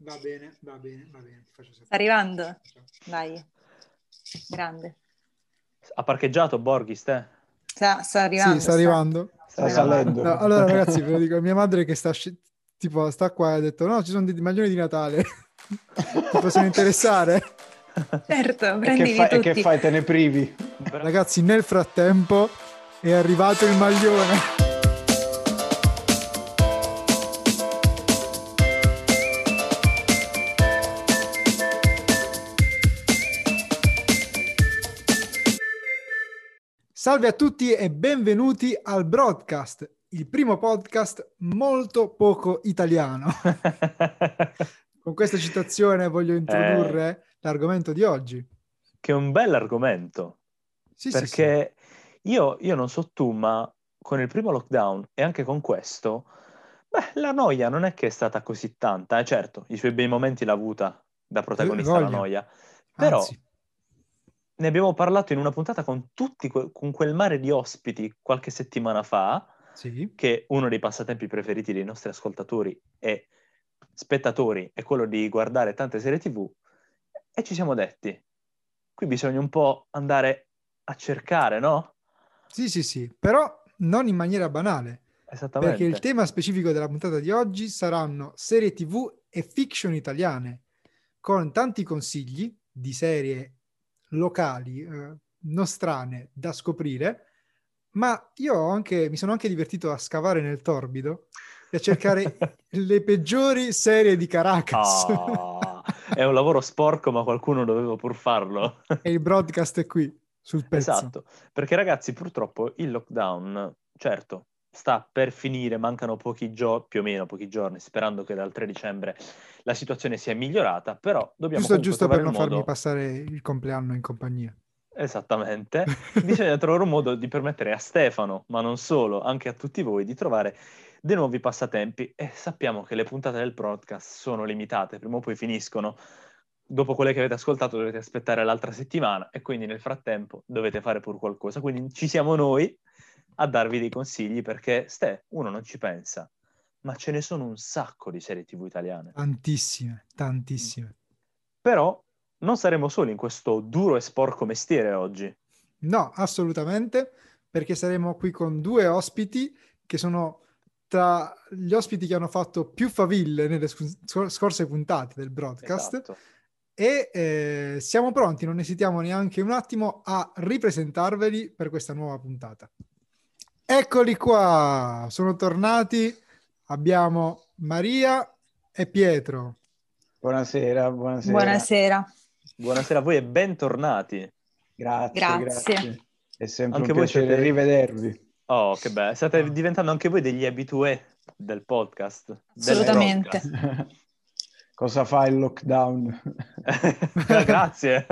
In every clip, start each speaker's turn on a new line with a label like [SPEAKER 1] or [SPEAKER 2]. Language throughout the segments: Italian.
[SPEAKER 1] Va bene, ti faccio sapere.
[SPEAKER 2] Sta arrivando? Dai, grande.
[SPEAKER 3] Ha parcheggiato Borghis, te?
[SPEAKER 2] Sta arrivando.
[SPEAKER 1] Sì, sta arrivando.
[SPEAKER 4] Sta salendo.
[SPEAKER 1] No, allora ragazzi, ve lo dico, mia madre che sta qua e ha detto no, ci sono dei maglioni di Natale. Ti possono interessare?
[SPEAKER 2] Certo,
[SPEAKER 4] E
[SPEAKER 2] prendili
[SPEAKER 4] che
[SPEAKER 2] tutti.
[SPEAKER 4] fai? Te ne privi?
[SPEAKER 1] Ragazzi, nel frattempo è arrivato il maglione. Salve a tutti e benvenuti al Broadcast, il primo podcast molto poco italiano. Con questa citazione voglio introdurre l'argomento di oggi.
[SPEAKER 3] Che è un bell'argomento.
[SPEAKER 1] Sì,
[SPEAKER 3] perché io non so tu, ma con il primo lockdown e anche con questo, la noia non è che è stata così tanta. Certo, i suoi bei momenti l'ha avuta da protagonista la noia. Però
[SPEAKER 1] Anzi,
[SPEAKER 3] ne abbiamo parlato in una puntata con con quel mare di ospiti qualche settimana fa,
[SPEAKER 1] sì.
[SPEAKER 3] che uno dei passatempi preferiti dei nostri ascoltatori e spettatori è quello di guardare tante serie TV, e ci siamo detti, qui bisogna un po' andare a cercare, no?
[SPEAKER 1] Sì, però non in maniera banale, perché il
[SPEAKER 3] Esattamente.
[SPEAKER 1] tema specifico della puntata di oggi saranno serie TV e fiction italiane, con tanti consigli di serie locali, nostrane da scoprire, ma mi sono anche divertito a scavare nel torbido e a cercare le peggiori serie di Caracas.
[SPEAKER 3] È un lavoro sporco, ma qualcuno doveva pur farlo.
[SPEAKER 1] E il broadcast è qui, sul pezzo.
[SPEAKER 3] Esatto, perché ragazzi, purtroppo il lockdown, certo, sta per finire, mancano più o meno pochi giorni, sperando che dal 3 dicembre la situazione sia migliorata, però dobbiamo comunque
[SPEAKER 1] Giusto per
[SPEAKER 3] trovare
[SPEAKER 1] non
[SPEAKER 3] un
[SPEAKER 1] farmi
[SPEAKER 3] modo...
[SPEAKER 1] passare il compleanno in compagnia.
[SPEAKER 3] Esattamente, bisogna trovare un modo di permettere a Stefano, ma non solo, anche a tutti voi, di trovare dei nuovi passatempi, e sappiamo che le puntate del podcast sono limitate, prima o poi finiscono. Dopo quelle che avete ascoltato dovete aspettare l'altra settimana, e quindi nel frattempo dovete fare pur qualcosa. Quindi ci siamo noi a darvi dei consigli, perché uno non ci pensa, ma ce ne sono un sacco di serie TV italiane.
[SPEAKER 1] Tantissime.
[SPEAKER 3] Però non saremo soli in questo duro e sporco mestiere oggi.
[SPEAKER 1] No, assolutamente, perché saremo qui con due ospiti che sono tra gli ospiti che hanno fatto più faville nelle scorse puntate del broadcast.
[SPEAKER 3] Esatto.
[SPEAKER 1] E siamo pronti, non esitiamo neanche un attimo a ripresentarveli per questa nuova puntata. Eccoli qua, sono tornati, abbiamo Maria e Pietro.
[SPEAKER 4] Buonasera.
[SPEAKER 2] Buonasera.
[SPEAKER 3] Buonasera a voi e bentornati.
[SPEAKER 4] Grazie. È sempre
[SPEAKER 3] Anche
[SPEAKER 4] un
[SPEAKER 3] voi
[SPEAKER 4] piacere rivedervi.
[SPEAKER 3] Oh, che bello. State diventando anche voi degli habitué del podcast.
[SPEAKER 2] Assolutamente.
[SPEAKER 3] Del broadcast.
[SPEAKER 4] Cosa fa il lockdown?
[SPEAKER 3] Grazie.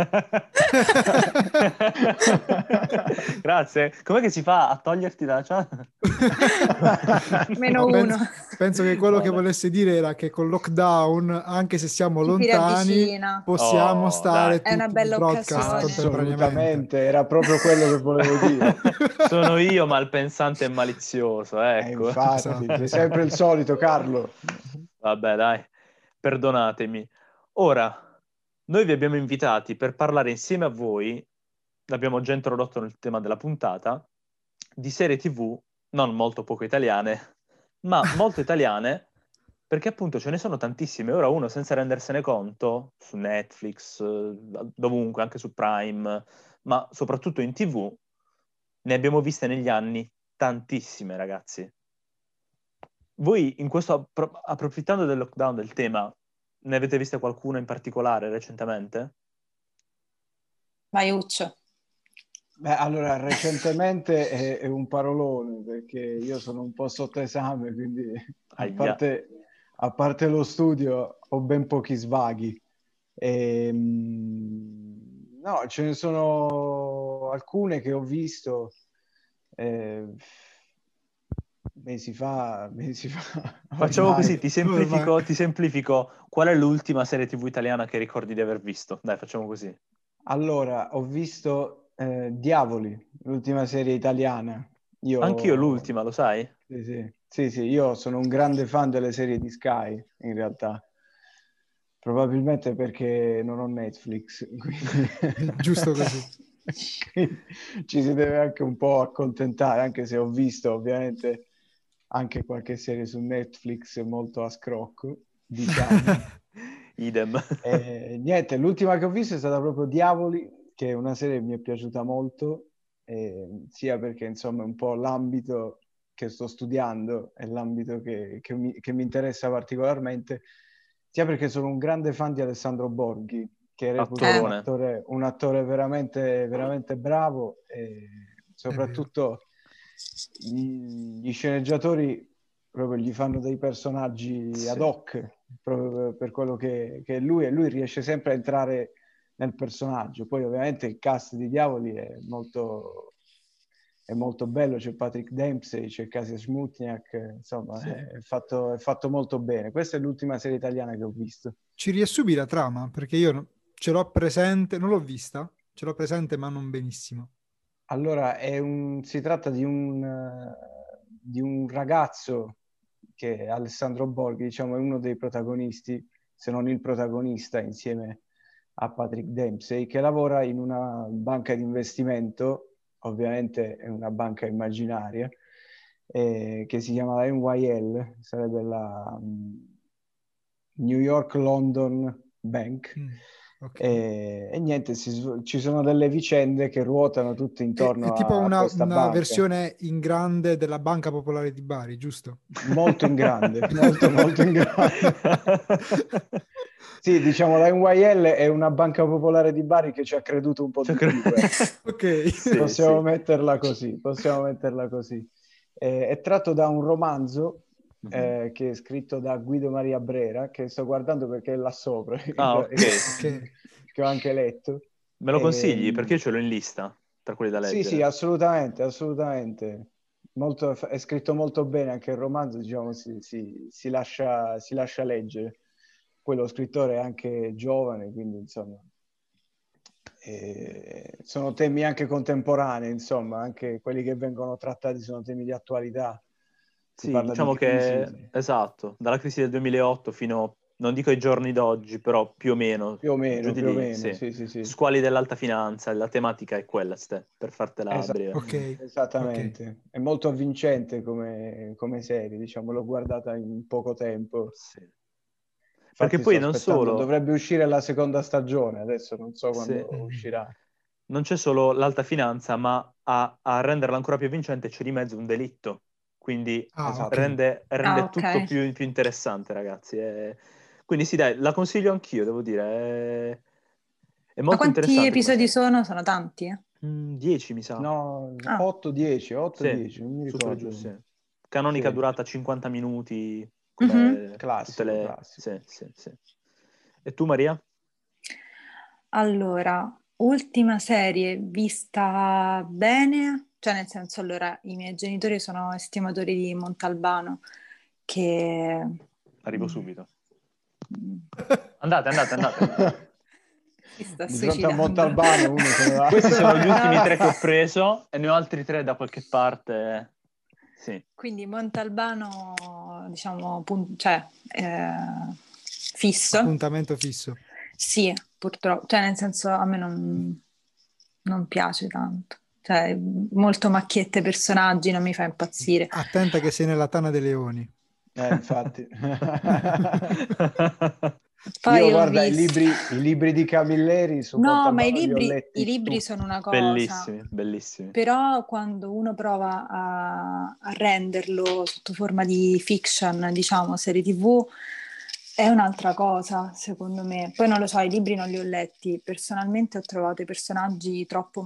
[SPEAKER 3] Grazie. Com'è che si fa a toglierti dalla chat?
[SPEAKER 2] Meno uno.
[SPEAKER 1] Penso che quello che volesse dire era che col lockdown, anche se siamo
[SPEAKER 2] Ci
[SPEAKER 1] lontani, possiamo stare
[SPEAKER 2] È una
[SPEAKER 1] tutto
[SPEAKER 2] bella
[SPEAKER 1] il broadcast
[SPEAKER 2] occasione.
[SPEAKER 4] Assolutamente, era proprio quello che volevo dire.
[SPEAKER 3] Sono io malpensante e malizioso, ecco.
[SPEAKER 4] Infatti, sei sempre il solito, Carlo.
[SPEAKER 3] Vabbè, dai, perdonatemi. Ora, noi vi abbiamo invitati per parlare insieme a voi, l'abbiamo già introdotto nel tema della puntata, di serie TV non molto poco italiane, ma molto italiane, perché appunto ce ne sono tantissime. Ora uno, senza rendersene conto, su Netflix, dovunque, anche su Prime, ma soprattutto in TV, ne abbiamo viste negli anni tantissime, ragazzi. Voi in questo, approfittando del lockdown, del tema, ne avete viste qualcuna in particolare recentemente?
[SPEAKER 2] Maiuccio.
[SPEAKER 4] Beh, allora, recentemente è un parolone, perché io sono un po' sotto esame, quindi a parte lo studio ho ben pochi svaghi. No, ce ne sono alcune che ho visto mesi fa.
[SPEAKER 3] Facciamo così, ti
[SPEAKER 1] Ormai.
[SPEAKER 3] semplifico. Qual è l'ultima serie TV italiana che ricordi di aver visto? Dai, facciamo così.
[SPEAKER 4] Allora, ho visto Diavoli, l'ultima serie italiana.
[SPEAKER 3] Anch'io l'ultima, lo sai?
[SPEAKER 4] Sì, io sono un grande fan delle serie di Sky, in realtà. Probabilmente perché non ho Netflix, quindi...
[SPEAKER 1] Giusto così.
[SPEAKER 4] Quindi ci si deve anche un po' accontentare, anche se ho visto ovviamente anche qualche serie su Netflix molto a scrocco, diciamo.
[SPEAKER 3] Idem.
[SPEAKER 4] Niente, l'ultima che ho visto è stata proprio Diavoli, che è una serie che mi è piaciuta molto, sia perché insomma è un po' l'ambito che sto studiando, è l'ambito che mi interessa particolarmente, sia perché sono un grande fan di Alessandro Borghi, che reputo un attore veramente, veramente bravo, e soprattutto gli sceneggiatori proprio gli fanno dei personaggi ad hoc, proprio per quello che è lui, e lui riesce sempre a entrare nel personaggio. Poi ovviamente il cast di Diavoli è molto bello, c'è Patrick Dempsey, c'è Kasia Smutniak, insomma è fatto molto bene. Questa è l'ultima serie italiana che ho visto.
[SPEAKER 1] Ci riassumi la trama? Perché io ce l'ho presente, non l'ho vista, ce l'ho presente ma non benissimo.
[SPEAKER 4] Allora, si tratta di un ragazzo che Alessandro Borghi, diciamo, è uno dei protagonisti, se non il protagonista, insieme a Patrick Dempsey, che lavora in una banca di investimento, ovviamente è una banca immaginaria, che si chiama la NYL, sarebbe la New York London Bank.
[SPEAKER 1] Okay.
[SPEAKER 4] E niente, ci sono delle vicende che ruotano tutte intorno
[SPEAKER 1] è tipo
[SPEAKER 4] a questa
[SPEAKER 1] una
[SPEAKER 4] banca.
[SPEAKER 1] versione in grande della Banca Popolare di Bari, giusto?
[SPEAKER 4] Molto in grande, molto in grande. Sì, diciamo la NYL è una banca popolare di Bari che ci ha creduto un po' di più.
[SPEAKER 1] Ok.
[SPEAKER 3] Sì,
[SPEAKER 4] possiamo metterla così. È tratto da un romanzo che è scritto da Guido Maria Brera, che sto guardando perché è là sopra,
[SPEAKER 3] ok.
[SPEAKER 4] che ho anche letto.
[SPEAKER 3] Me lo consigli? Perché io ce l'ho in lista tra quelli da leggere.
[SPEAKER 4] Sì, assolutamente. È scritto molto bene anche il romanzo, diciamo, si lascia leggere. Poi lo scrittore è anche giovane, quindi insomma sono temi anche contemporanei, insomma, anche quelli che vengono trattati sono temi di attualità. Si
[SPEAKER 3] Sì,
[SPEAKER 4] parla
[SPEAKER 3] diciamo
[SPEAKER 4] di crisi.
[SPEAKER 3] che esatto, dalla crisi del 2008 fino, non dico ai giorni d'oggi, però più o meno.
[SPEAKER 4] Più o meno,
[SPEAKER 3] Sì.
[SPEAKER 4] sì.
[SPEAKER 3] Squali dell'alta finanza, la tematica è quella, per fartela breve.
[SPEAKER 1] Ok.
[SPEAKER 4] Esattamente. Okay. È molto avvincente come serie, diciamo, l'ho guardata in poco tempo.
[SPEAKER 3] Sì.
[SPEAKER 4] Infatti
[SPEAKER 3] perché poi non solo...
[SPEAKER 4] Dovrebbe uscire la seconda stagione, adesso non so quando uscirà.
[SPEAKER 3] Non c'è solo l'alta finanza, ma a renderla ancora più avvincente c'è di mezzo un delitto. Quindi rende tutto più interessante, ragazzi. Quindi sì, dai, la consiglio anch'io, devo dire. È molto
[SPEAKER 2] ma quanti episodi
[SPEAKER 3] sono?
[SPEAKER 2] Sono tanti?
[SPEAKER 3] 10, mi sa.
[SPEAKER 4] No, 8-10, non mi ricordo.
[SPEAKER 3] Giù, sì. Canonica durata 50 minuti.
[SPEAKER 4] Classico.
[SPEAKER 3] Sì. E tu, Maria?
[SPEAKER 2] Allora, ultima serie vista bene, cioè nel senso, allora, i miei genitori sono estimatori di Montalbano, che...
[SPEAKER 3] Arrivo subito. Andate.
[SPEAKER 2] Si sta
[SPEAKER 4] di fronte
[SPEAKER 2] suicidando.
[SPEAKER 4] A Montalbano uno se ne va.
[SPEAKER 3] Questi sono gli ultimi 3 che ho preso e ne ho altri 3 da qualche parte. Sì.
[SPEAKER 2] Quindi Montalbano, diciamo, fisso.
[SPEAKER 1] Appuntamento fisso.
[SPEAKER 2] Sì, purtroppo, cioè nel senso a me non piace tanto. Cioè, molto macchiette personaggi, non mi fa impazzire.
[SPEAKER 1] Attenta che sei nella Tana dei Leoni.
[SPEAKER 4] Infatti.
[SPEAKER 2] Poi
[SPEAKER 4] io guarda, i libri di Camilleri su
[SPEAKER 2] no, ma
[SPEAKER 4] i
[SPEAKER 2] libri sono una cosa.
[SPEAKER 3] Bellissimi.
[SPEAKER 2] Però quando uno prova a renderlo sotto forma di fiction, diciamo, serie TV, è un'altra cosa, secondo me. Poi non lo so, i libri non li ho letti. Personalmente ho trovato i personaggi troppo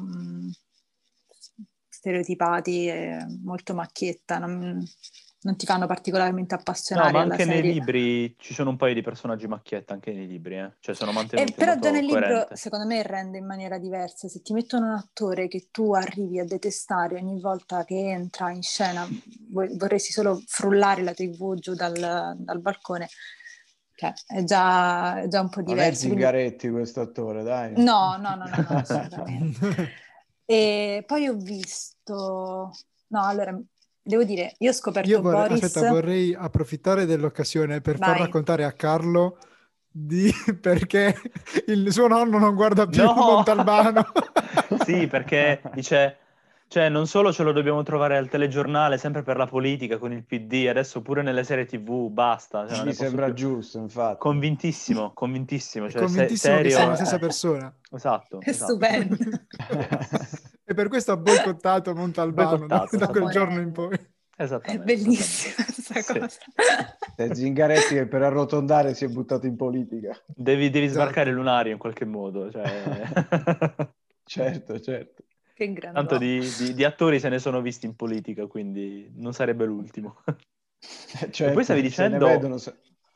[SPEAKER 2] stereotipati e molto macchietta, non ti fanno particolarmente appassionare.
[SPEAKER 3] No, ma anche
[SPEAKER 2] alla serie.
[SPEAKER 3] Nei libri ci sono un paio di personaggi macchietta, anche nei libri, Cioè sono mantenuti
[SPEAKER 2] però già nel
[SPEAKER 3] coerente.
[SPEAKER 2] libro, secondo me, rende in maniera diversa. Se ti mettono un attore che tu arrivi a detestare ogni volta che entra in scena, vorresti solo frullare la TV giù dal balcone. Cioè, è già un po' diverso.
[SPEAKER 4] Non è Zingaretti questo attore, dai.
[SPEAKER 2] No, assolutamente. E poi ho visto... No, allora, devo dire, io ho scoperto Boris...
[SPEAKER 1] Aspetta, vorrei approfittare dell'occasione per far raccontare a Carlo perché il suo nonno non guarda più Montalbano.
[SPEAKER 3] Sì, perché dice, cioè non solo ce lo dobbiamo trovare al telegiornale sempre per la politica con il PD, adesso pure nelle serie TV, basta. Cioè, non
[SPEAKER 4] Mi
[SPEAKER 3] ne posso
[SPEAKER 4] sembra
[SPEAKER 3] più.
[SPEAKER 4] giusto, infatti.
[SPEAKER 3] Convintissimo,
[SPEAKER 1] È
[SPEAKER 3] cioè
[SPEAKER 1] convintissimo che
[SPEAKER 3] serio.
[SPEAKER 1] sia la stessa persona.
[SPEAKER 3] Esatto.
[SPEAKER 2] È stupendo.
[SPEAKER 1] E per questo ha boicottato Montalbano da quel giorno in poi.
[SPEAKER 3] Esattamente.
[SPEAKER 2] È bellissima questa cosa.
[SPEAKER 4] È Zingaretti che per arrotondare si è buttato in politica.
[SPEAKER 3] Devi sbarcare il lunario in qualche modo. Cioè...
[SPEAKER 4] Certo.
[SPEAKER 2] Che grande.
[SPEAKER 3] Tanto di attori se ne sono visti in politica, quindi non sarebbe l'ultimo.
[SPEAKER 4] Certo,
[SPEAKER 3] e poi stavi dicendo...
[SPEAKER 4] Se ne vedono,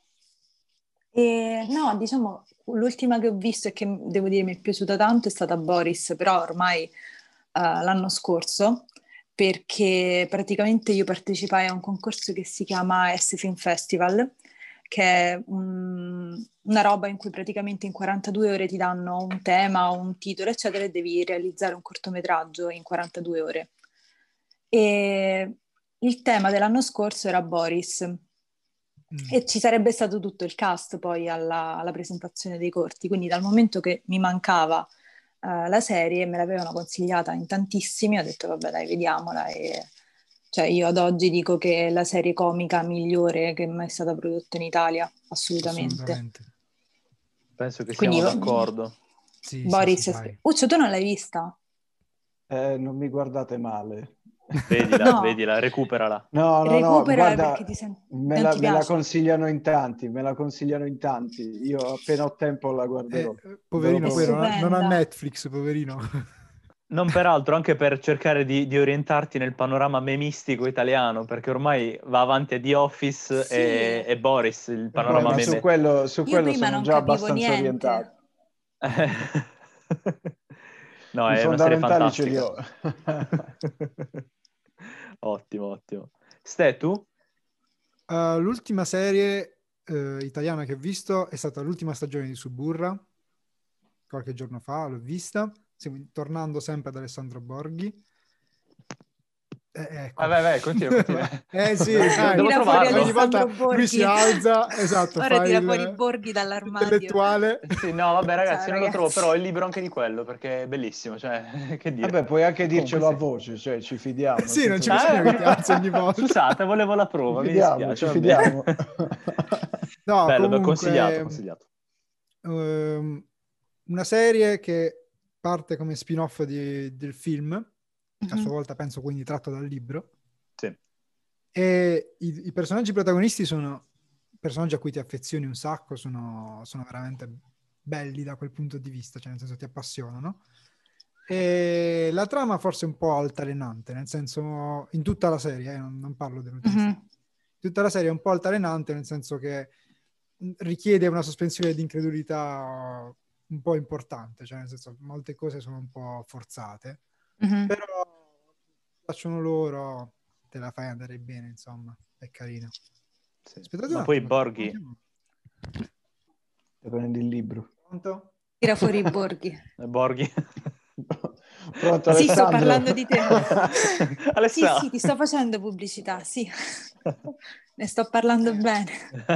[SPEAKER 2] no, diciamo, l'ultima che ho visto e che devo dire mi è piaciuta tanto è stata Boris, però ormai l'anno scorso, perché praticamente io partecipai a un concorso che si chiama S-Film Festival, che è una roba in cui praticamente in 42 ore ti danno un tema, un titolo, eccetera, e devi realizzare un cortometraggio in 42 ore. E il tema dell'anno scorso era Boris. E ci sarebbe stato tutto il cast poi alla presentazione dei corti, quindi dal momento che mi mancava la serie, me l'avevano consigliata in tantissimi, ho detto vabbè dai, vediamola. E cioè io ad oggi dico che è la serie comica migliore che mai è stata prodotta in Italia, assolutamente.
[SPEAKER 3] Penso che
[SPEAKER 2] quindi,
[SPEAKER 3] siamo d'accordo.
[SPEAKER 1] Sì,
[SPEAKER 2] Boris,
[SPEAKER 1] sì,
[SPEAKER 2] Uccio, tu non l'hai vista?
[SPEAKER 4] non mi guardate male.
[SPEAKER 3] Vedila, recuperala.
[SPEAKER 4] No,
[SPEAKER 2] Recupera
[SPEAKER 4] guarda,
[SPEAKER 2] perché
[SPEAKER 4] me la consigliano in tanti, Io appena ho tempo la guarderò.
[SPEAKER 1] Poverino, poi non ha Netflix, poverino.
[SPEAKER 3] Non peraltro, anche per cercare di orientarti nel panorama memistico italiano, perché ormai va avanti a The Office e Boris, il panorama meme.
[SPEAKER 4] Su quello
[SPEAKER 2] prima
[SPEAKER 4] sono
[SPEAKER 2] non
[SPEAKER 4] già
[SPEAKER 2] capivo
[SPEAKER 4] abbastanza
[SPEAKER 2] niente.
[SPEAKER 4] orientato.
[SPEAKER 3] No,
[SPEAKER 4] I
[SPEAKER 3] è una serie
[SPEAKER 4] fondamentali ce
[SPEAKER 3] fantastica.
[SPEAKER 4] li ho.
[SPEAKER 3] Ottimo. Ste, tu?
[SPEAKER 1] L'ultima serie italiana che ho visto è stata l'ultima stagione di Suburra. Qualche giorno fa l'ho vista. Stiamo tornando sempre ad Alessandro Borghi. Ecco.
[SPEAKER 3] Vai, continua.
[SPEAKER 1] Sì, dai.
[SPEAKER 3] Devo trovarlo.
[SPEAKER 1] Ogni volta lui si alza, esatto,
[SPEAKER 2] ora
[SPEAKER 1] fa
[SPEAKER 2] tira fuori i Borghi dall'armadio.
[SPEAKER 1] Intellettuale.
[SPEAKER 3] Sì, no, vabbè ragazzi,
[SPEAKER 2] Ciao,
[SPEAKER 3] non lo trovo, però il libro anche di quello, perché è bellissimo, cioè, che dire.
[SPEAKER 4] Vabbè, puoi anche dircelo
[SPEAKER 3] Comunque,
[SPEAKER 4] a voce, cioè ci fidiamo.
[SPEAKER 1] Sì, non c'è bisogno che ti alzi ogni volta.
[SPEAKER 3] Scusate, volevo la prova, mi dispiace.
[SPEAKER 4] Ci fidiamo.
[SPEAKER 1] No,
[SPEAKER 3] bello,
[SPEAKER 1] comunque,
[SPEAKER 3] consigliato.
[SPEAKER 1] Una serie che parte come spin-off del film, a sua volta penso quindi tratto dal libro.
[SPEAKER 3] Sì.
[SPEAKER 1] E i personaggi protagonisti sono personaggi a cui ti affezioni un sacco, sono veramente belli da quel punto di vista, cioè nel senso ti appassionano. E la trama forse è un po' altalenante, nel senso, in tutta la serie, non parlo dell'ultima tutta la serie è un po' altalenante, nel senso che richiede una sospensione di incredulità un po' importante, cioè nel senso molte cose sono un po' forzate, però piacciono loro, te la fai andare bene, insomma, è carino.
[SPEAKER 3] Sì.
[SPEAKER 1] Aspettate
[SPEAKER 3] ma poi Borghi
[SPEAKER 4] prendi il libro.
[SPEAKER 1] Pronto?
[SPEAKER 2] Tira fuori i Borghi.
[SPEAKER 3] Borghi.
[SPEAKER 4] Pronto,
[SPEAKER 2] sì, sto parlando di te.
[SPEAKER 3] Alessandro.
[SPEAKER 2] Sì, ti sto facendo pubblicità, sì. Ne sto parlando bene.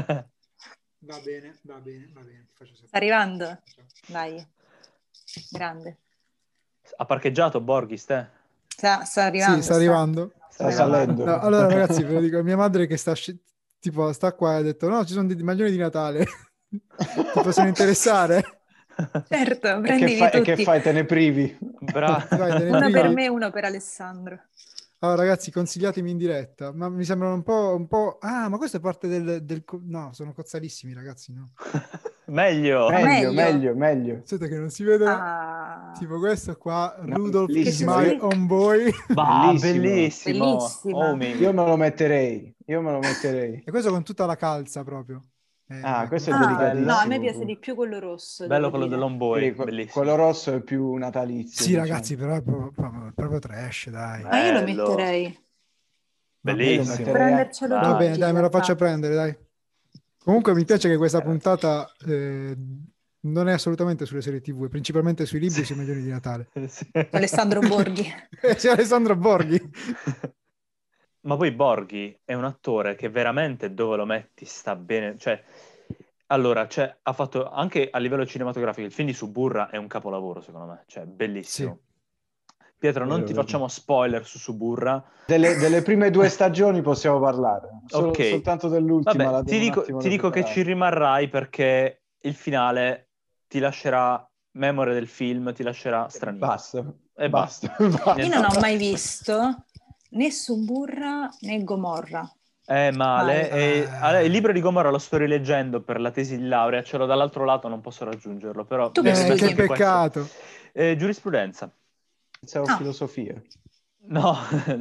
[SPEAKER 1] Va bene. Ti faccio sapere.
[SPEAKER 2] Sta arrivando? Dai. Grande.
[SPEAKER 3] Ha parcheggiato Borghi, Sta
[SPEAKER 2] arrivando.
[SPEAKER 1] Sì, sta arrivando.
[SPEAKER 4] Sta salendo.
[SPEAKER 1] No, allora ragazzi, ve lo dico, mia madre che sta qua e ha detto no, ci sono dei maglioni di Natale. Ti possono interessare?
[SPEAKER 2] Certo, prendili tutti.
[SPEAKER 4] E che fai? Te ne privi?
[SPEAKER 3] Bravo.
[SPEAKER 2] Uno per me e uno per Alessandro.
[SPEAKER 1] Allora ragazzi, consigliatemi in diretta, ma mi sembrano un po'... Ah, ma questo è parte del... No, sono cozzalissimi ragazzi, no?
[SPEAKER 3] Meglio.
[SPEAKER 1] Aspetta che non si vede. Tipo questo qua, Rudolph is my homeboy.
[SPEAKER 3] Bellissimo.
[SPEAKER 4] Io me lo metterei.
[SPEAKER 1] E questo con tutta la calza proprio.
[SPEAKER 4] Questo è delicatissimo.
[SPEAKER 2] No, a me piace di più quello rosso.
[SPEAKER 3] Bello quello dell'homeboy, bellissimo.
[SPEAKER 4] Quello rosso è più natalizio.
[SPEAKER 1] Sì, ragazzi, però è proprio trash, dai.
[SPEAKER 2] Ma io lo metterei.
[SPEAKER 3] Bellissimo.
[SPEAKER 2] Prendercelo
[SPEAKER 1] Va bene,
[SPEAKER 2] tutti,
[SPEAKER 1] dai, me lo faccio prendere, dai. Comunque mi piace che questa puntata non è assolutamente sulle serie TV, è principalmente sui libri e sui maglioni di Natale.
[SPEAKER 2] Alessandro Borghi.
[SPEAKER 1] Sì, Alessandro Borghi.
[SPEAKER 3] Ma poi Borghi è un attore che veramente dove lo metti sta bene, cioè Allora, ha fatto anche a livello cinematografico, il film di Suburra è un capolavoro, secondo me, cioè bellissimo.
[SPEAKER 1] Sì.
[SPEAKER 3] Pietro, non ti facciamo spoiler su Suburra.
[SPEAKER 4] Delle prime 2 stagioni possiamo parlare,
[SPEAKER 3] Ok.
[SPEAKER 4] soltanto dell'ultima.
[SPEAKER 3] Vabbè, ti dico che ci rimarrai perché il finale ti lascerà memoria del film, ti lascerà stranito.
[SPEAKER 4] Basta.
[SPEAKER 3] E basta.
[SPEAKER 2] Io non ho mai visto né Suburra né Gomorra.
[SPEAKER 3] È male.
[SPEAKER 1] Mai.
[SPEAKER 3] Il libro di Gomorra lo sto rileggendo per la tesi di laurea, ce l'ho dall'altro lato, non posso raggiungerlo, però
[SPEAKER 2] Tu che studi?
[SPEAKER 1] Che peccato.
[SPEAKER 3] Giurisprudenza.
[SPEAKER 4] Pensavo filosofia.
[SPEAKER 3] No.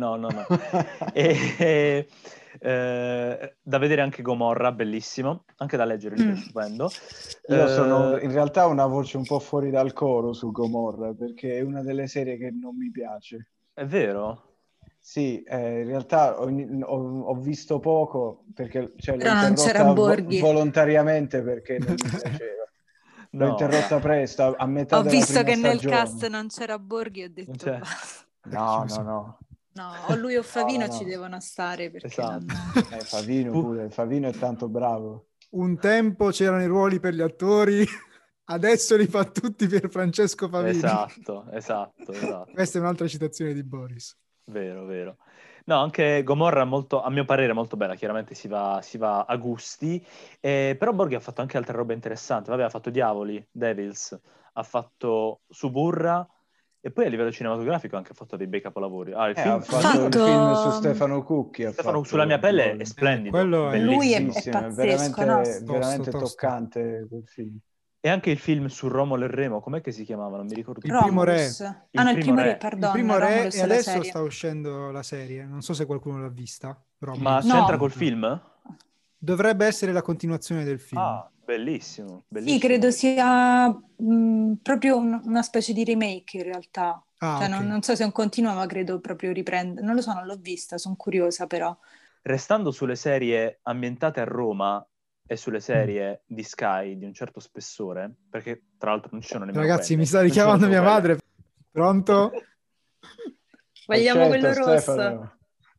[SPEAKER 3] Da vedere anche Gomorra, bellissimo, anche da leggere, il libro è stupendo.
[SPEAKER 4] Io sono in realtà una voce un po' fuori dal coro su Gomorra, perché è una delle serie che non mi piace.
[SPEAKER 3] È vero?
[SPEAKER 4] Sì, in realtà ho visto poco, perché
[SPEAKER 2] Però
[SPEAKER 4] l'ho
[SPEAKER 2] non c'era
[SPEAKER 4] interrotta
[SPEAKER 2] Borghi.
[SPEAKER 4] volontariamente perché non mi piaceva. L'ho interrotta presto, a metà
[SPEAKER 2] Ho
[SPEAKER 4] della
[SPEAKER 2] visto
[SPEAKER 4] prima
[SPEAKER 2] che nel
[SPEAKER 4] stagione.
[SPEAKER 2] cast non c'era Borghi e ho detto basta.
[SPEAKER 4] No.
[SPEAKER 2] No, o lui o Favino
[SPEAKER 4] No.
[SPEAKER 2] ci devono stare perché
[SPEAKER 3] Esatto.
[SPEAKER 4] Favino pure, Favino è tanto bravo.
[SPEAKER 1] Un tempo c'erano i ruoli per gli attori, adesso li fa tutti per Francesco Favino.
[SPEAKER 3] Esatto.
[SPEAKER 1] Questa è un'altra citazione di Boris.
[SPEAKER 3] Vero. No, anche Gomorra a mio parere, molto bella. Chiaramente si va a gusti. Però Borghi ha fatto anche altre robe interessanti. Vabbè, ha fatto Diavoli, Devils, ha fatto Suburra e poi a livello cinematografico anche ha fatto dei bei capolavori. Il film
[SPEAKER 4] Ha fatto il film su Stefano Cucchi.
[SPEAKER 3] Stefano sulla mia pelle è splendido.
[SPEAKER 1] Quello è
[SPEAKER 2] lui è
[SPEAKER 3] bellissimo.
[SPEAKER 2] pazzesco, no?
[SPEAKER 4] veramente
[SPEAKER 1] Tosto.
[SPEAKER 4] toccante quel film.
[SPEAKER 3] E anche il film su Romolo e Remo, com'è che si chiamava? Non mi ricordo.
[SPEAKER 1] Il primo re.
[SPEAKER 2] Il primo re,
[SPEAKER 1] Il primo re e adesso sta uscendo la serie. Non so se qualcuno l'ha vista. Però
[SPEAKER 3] ma c'entra col film?
[SPEAKER 1] Dovrebbe essere la continuazione del film.
[SPEAKER 3] Ah, bellissimo.
[SPEAKER 2] Sì, credo sia proprio una specie di remake in realtà.
[SPEAKER 1] Okay.
[SPEAKER 2] Non so se è un continuo, ma credo proprio riprende. Non lo so, non l'ho vista, sono curiosa però.
[SPEAKER 3] Restando sulle serie ambientate a Roma e sulle serie di Sky di un certo spessore, perché tra l'altro non ci sono nemmeno
[SPEAKER 1] Ragazzi,
[SPEAKER 3] quelle.
[SPEAKER 1] mi sta richiamando mia madre. Pronto?
[SPEAKER 2] Vogliamo quello rosso.
[SPEAKER 4] Stefano.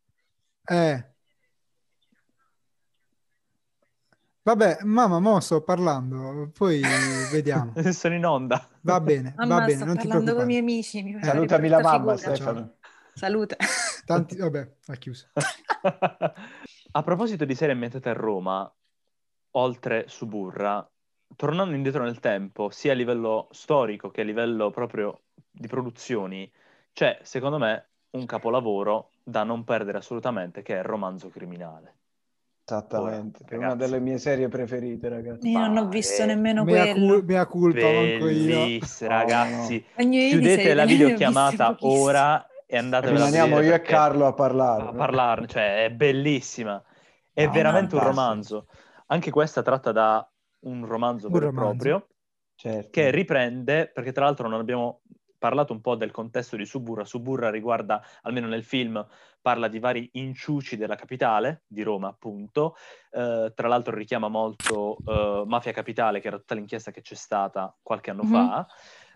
[SPEAKER 1] Vabbè, mamma, mo sto parlando, poi vediamo.
[SPEAKER 3] Sono in onda.
[SPEAKER 1] Va bene,
[SPEAKER 2] mamma, sto
[SPEAKER 1] non ti
[SPEAKER 2] parlando con i
[SPEAKER 1] preoccupare.
[SPEAKER 2] miei amici.
[SPEAKER 4] Salutami la mamma,
[SPEAKER 2] figura.
[SPEAKER 4] Stefano.
[SPEAKER 2] Salute.
[SPEAKER 1] Vabbè, ha chiuso.
[SPEAKER 3] A proposito di serie ambientate a Roma, oltre Suburra, tornando indietro nel tempo, sia a livello storico che a livello proprio di produzioni, c'è, secondo me, un capolavoro da non perdere assolutamente, che è Romanzo Criminale.
[SPEAKER 4] Esattamente,
[SPEAKER 3] Ora,
[SPEAKER 4] è una delle mie serie preferite, ragazzi.
[SPEAKER 2] Io non ho visto nemmeno quello.
[SPEAKER 1] Mea culpa, manco io.
[SPEAKER 3] Bellissimo, ragazzi.
[SPEAKER 4] No.
[SPEAKER 3] Chiudete la videochiamata ora e andatevela a vedere.
[SPEAKER 4] Rimaniamo io e Carlo a parlare.
[SPEAKER 3] A parlarne, cioè è bellissima. È veramente un romanzo. Anche questa tratta da un romanzo vero e proprio,
[SPEAKER 4] certo,
[SPEAKER 3] che riprende, perché tra l'altro non abbiamo parlato un po' del contesto di Suburra. Suburra riguarda, almeno nel film, parla di vari inciuci della capitale, di Roma appunto. Tra l'altro richiama molto Mafia Capitale, che era tutta l'inchiesta che c'è stata qualche anno fa.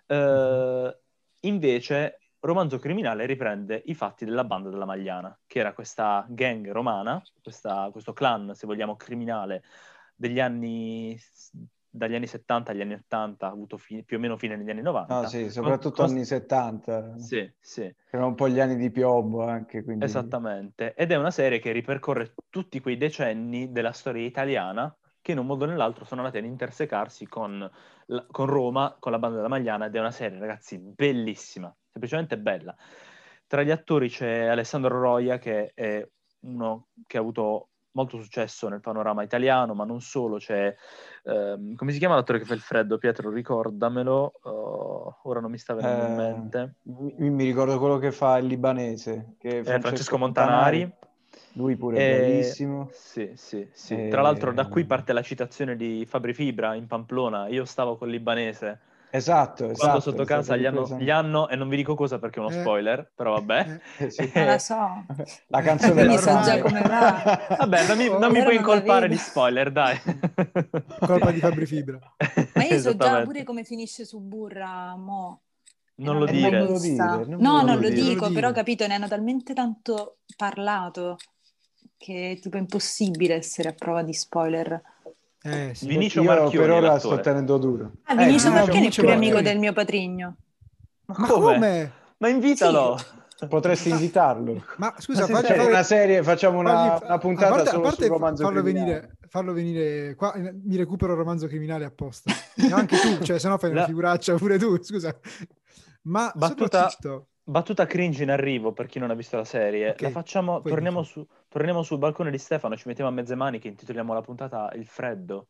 [SPEAKER 3] Invece Romanzo Criminale riprende i fatti della Banda della Magliana, che era questa gang romana, questo clan, se vogliamo, criminale dagli anni 70 agli anni 80, ha avuto più o meno fine negli anni 90.
[SPEAKER 4] Sì, soprattutto anni 70.
[SPEAKER 3] Sì.
[SPEAKER 4] Erano un po' gli anni di piombo anche. Quindi...
[SPEAKER 3] Esattamente. Ed è una serie che ripercorre tutti quei decenni della storia italiana che in un modo o nell'altro sono andati ad intersecarsi con Roma, con la Banda della Magliana, ed è una serie, ragazzi, bellissima, semplicemente bella. Tra gli attori c'è Alessandro Roia, che è uno che ha avuto molto successo nel panorama italiano, ma non solo. C'è come si chiama l'attore che fa il freddo? Pietro, ricordamelo. Ora non mi sta venendo in mente.
[SPEAKER 4] Mi ricordo quello che fa il libanese, che è
[SPEAKER 3] Francesco Montanari.
[SPEAKER 4] Lui pure è bellissimo.
[SPEAKER 3] Sì. Tra l'altro da qui parte la citazione di Fabri Fibra in Pamplona: io stavo col libanese.
[SPEAKER 4] Esatto.
[SPEAKER 3] Quando sotto casa gli hanno, e non vi dico cosa perché è uno spoiler, però vabbè.
[SPEAKER 2] Sì. Non la so.
[SPEAKER 4] La canzone
[SPEAKER 2] la so già come va.
[SPEAKER 3] Vabbè, non mi puoi incolpare di spoiler, dai.
[SPEAKER 1] Colpa di Fabri Fibra.
[SPEAKER 2] Ma io so già pure come finisce Suburra, mo.
[SPEAKER 3] Non lo dire.
[SPEAKER 2] No, non lo dico, però capito, ne hanno talmente tanto parlato che è tipo impossibile essere a prova di spoiler.
[SPEAKER 1] Sì.
[SPEAKER 3] Vinicio
[SPEAKER 4] Io
[SPEAKER 3] Marchioni
[SPEAKER 4] per
[SPEAKER 3] è
[SPEAKER 4] ora
[SPEAKER 3] l'attore.
[SPEAKER 4] sto tenendo duro.
[SPEAKER 2] Vinicio Marchioni è
[SPEAKER 1] Vinicio
[SPEAKER 2] pure amico
[SPEAKER 1] Marchioni.
[SPEAKER 2] del mio patrigno.
[SPEAKER 3] Ma come? Ma invitalo!
[SPEAKER 4] Potresti invitarlo.
[SPEAKER 1] Ma scusa,
[SPEAKER 3] sei
[SPEAKER 1] fagli
[SPEAKER 3] serio?
[SPEAKER 1] fare
[SPEAKER 4] Una serie, facciamo una
[SPEAKER 1] a
[SPEAKER 4] puntata
[SPEAKER 1] parte,
[SPEAKER 4] solo sul romanzo criminale.
[SPEAKER 1] farlo venire qua, mi recupero il romanzo criminale apposta. E anche tu, cioè, se no fai una figuraccia pure tu, scusa. Ma soprattutto...
[SPEAKER 3] Battuta cringe in arrivo per chi non ha visto la serie.
[SPEAKER 1] Ok,
[SPEAKER 3] La facciamo,
[SPEAKER 1] poi dico.
[SPEAKER 3] torniamo sul balcone di Stefano, ci mettiamo a mezze maniche, intitoliamo la puntata Il Freddo.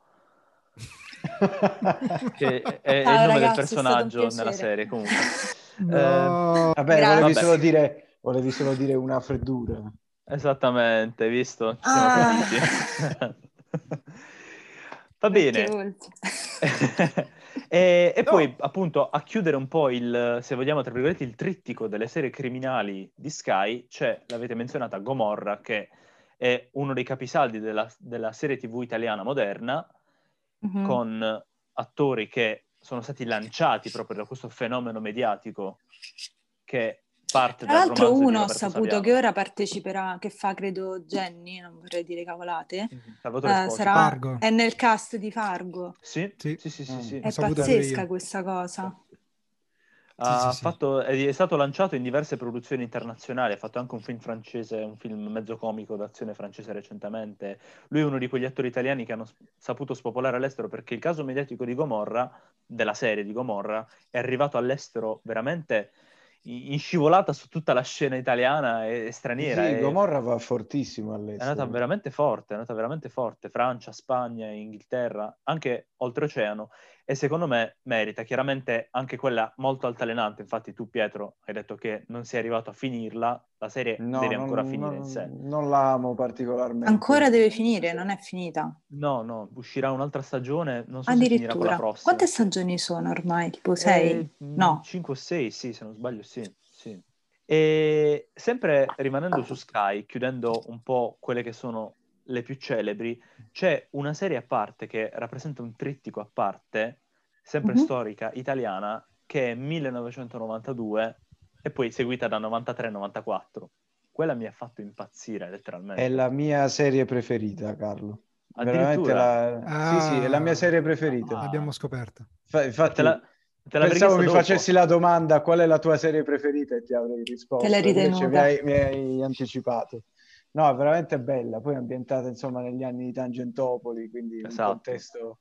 [SPEAKER 3] Che è il nome del personaggio nella serie, comunque.
[SPEAKER 1] No.
[SPEAKER 4] Vabbè, volevi solo dire una freddura.
[SPEAKER 3] Esattamente, visto? Ci siamo capiti. Va bene. E poi, appunto, a chiudere un po' se vogliamo, tra virgolette, il trittico delle serie criminali di Sky, c'è, l'avete menzionata, Gomorra, che è uno dei capisaldi della serie TV italiana moderna, con attori che sono stati lanciati proprio da questo fenomeno mediatico che parte
[SPEAKER 2] Tra
[SPEAKER 3] dal
[SPEAKER 2] l'altro
[SPEAKER 3] romanzo di
[SPEAKER 2] uno ho
[SPEAKER 3] Roberto
[SPEAKER 2] saputo
[SPEAKER 3] Saviano.
[SPEAKER 2] che ora parteciperà, che fa credo Jenny, non vorrei dire cavolate,
[SPEAKER 3] Salvatore Esposito.
[SPEAKER 1] Fargo.
[SPEAKER 2] è nel cast di Fargo.
[SPEAKER 3] Sì.
[SPEAKER 2] È pazzesca questa cosa.
[SPEAKER 3] È stato lanciato in diverse produzioni internazionali, ha fatto anche un film francese, un film mezzo comico d'azione francese recentemente. Lui è uno di quegli attori italiani che hanno saputo spopolare all'estero, perché il caso mediatico di Gomorra, della serie di Gomorra, è arrivato all'estero veramente in scivolata su tutta la scena italiana e straniera.
[SPEAKER 4] Sì, Gomorra va fortissimo all'estero.
[SPEAKER 3] È andata veramente forte. Francia, Spagna, Inghilterra, anche oltreoceano. E secondo me merita. Chiaramente anche quella molto altalenante. Infatti tu, Pietro, hai detto che non sei arrivato a finirla. La serie deve ancora finire in sé.
[SPEAKER 4] Non la amo particolarmente.
[SPEAKER 2] Ancora deve finire, non è finita.
[SPEAKER 3] No, uscirà un'altra stagione. Non so se finirà con la prossima.
[SPEAKER 2] Quante stagioni sono ormai? Tipo 6? No.
[SPEAKER 3] 5 o 6, sì, se non sbaglio, sì. E sempre rimanendo su Sky, chiudendo un po' quelle che sono le più celebri, c'è una serie a parte che rappresenta un trittico a parte, sempre storica, italiana, che è 1992 e poi seguita da 93-94. Quella mi ha fatto impazzire, letteralmente.
[SPEAKER 4] È la mia serie preferita, Carlo.
[SPEAKER 3] Addirittura?
[SPEAKER 4] Sì, è la mia serie preferita.
[SPEAKER 1] L'abbiamo scoperto.
[SPEAKER 4] Infatti,
[SPEAKER 3] te l'avrei
[SPEAKER 4] pensavo mi
[SPEAKER 3] dopo.
[SPEAKER 4] facessi la domanda qual è la tua serie preferita e ti avrei risposto.
[SPEAKER 2] Te l'hai ritenuta.
[SPEAKER 4] Invece mi hai anticipato. No, è veramente bella. Poi è ambientata, insomma, negli anni di Tangentopoli, quindi un contesto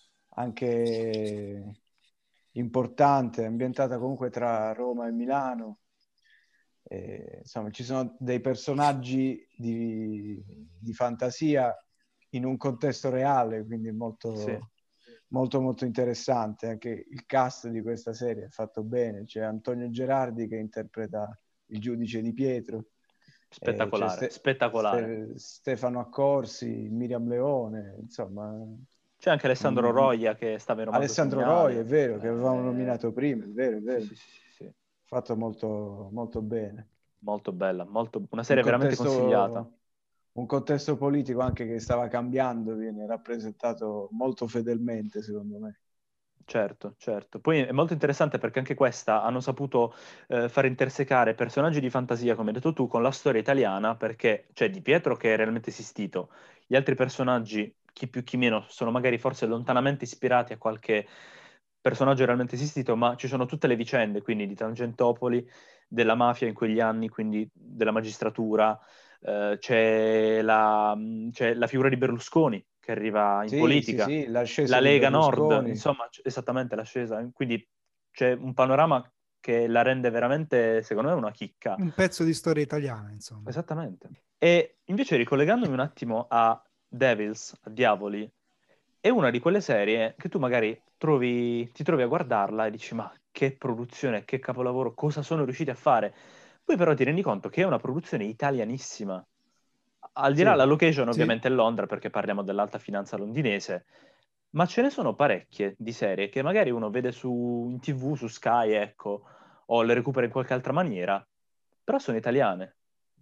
[SPEAKER 4] anche importante, ambientata comunque tra Roma e Milano. Insomma, ci sono dei personaggi di fantasia in un contesto reale, quindi molto interessante. Anche il cast di questa serie è fatto bene. C'è Antonio Gerardi che interpreta il giudice Di Pietro,
[SPEAKER 3] spettacolare.
[SPEAKER 4] Stefano Accorsi, Miriam Leone, insomma.
[SPEAKER 3] C'è anche Alessandro Roia che stava in romanzo
[SPEAKER 4] Alessandro
[SPEAKER 3] criminale.
[SPEAKER 4] Roia, è vero, che avevamo nominato prima, è vero.
[SPEAKER 3] Sì.
[SPEAKER 4] Fatto molto, molto bene.
[SPEAKER 3] Molto bella, una serie veramente consigliata.
[SPEAKER 4] Un contesto politico anche che stava cambiando viene rappresentato molto fedelmente, secondo me.
[SPEAKER 3] Certo. Poi è molto interessante perché anche questa hanno saputo far intersecare personaggi di fantasia, come hai detto tu, con la storia italiana, perché c'è Di Pietro che è realmente esistito. Gli altri personaggi, chi più chi meno, sono magari forse lontanamente ispirati a qualche personaggio realmente esistito, ma ci sono tutte le vicende, quindi di Tangentopoli, della mafia in quegli anni, quindi della magistratura, c'è la figura di Berlusconi che arriva in politica,
[SPEAKER 4] sì, l'ascesa
[SPEAKER 3] la
[SPEAKER 4] di
[SPEAKER 3] Lega
[SPEAKER 4] Berlusconi.
[SPEAKER 3] Nord, insomma, esattamente l'ascesa, quindi c'è un panorama che la rende veramente, secondo me, una chicca.
[SPEAKER 1] Un pezzo di storia italiana, insomma.
[SPEAKER 3] Esattamente. E invece, ricollegandomi un attimo a Devils, a Diavoli, è una di quelle serie che tu magari ti trovi a guardarla e dici ma che produzione, che capolavoro, cosa sono riusciti a fare? Poi però ti rendi conto che è una produzione italianissima. Al di là la location ovviamente è Londra, perché parliamo dell'alta finanza londinese, ma ce ne sono parecchie di serie che magari uno vede in TV, su Sky, ecco, o le recupera in qualche altra maniera, però sono italiane.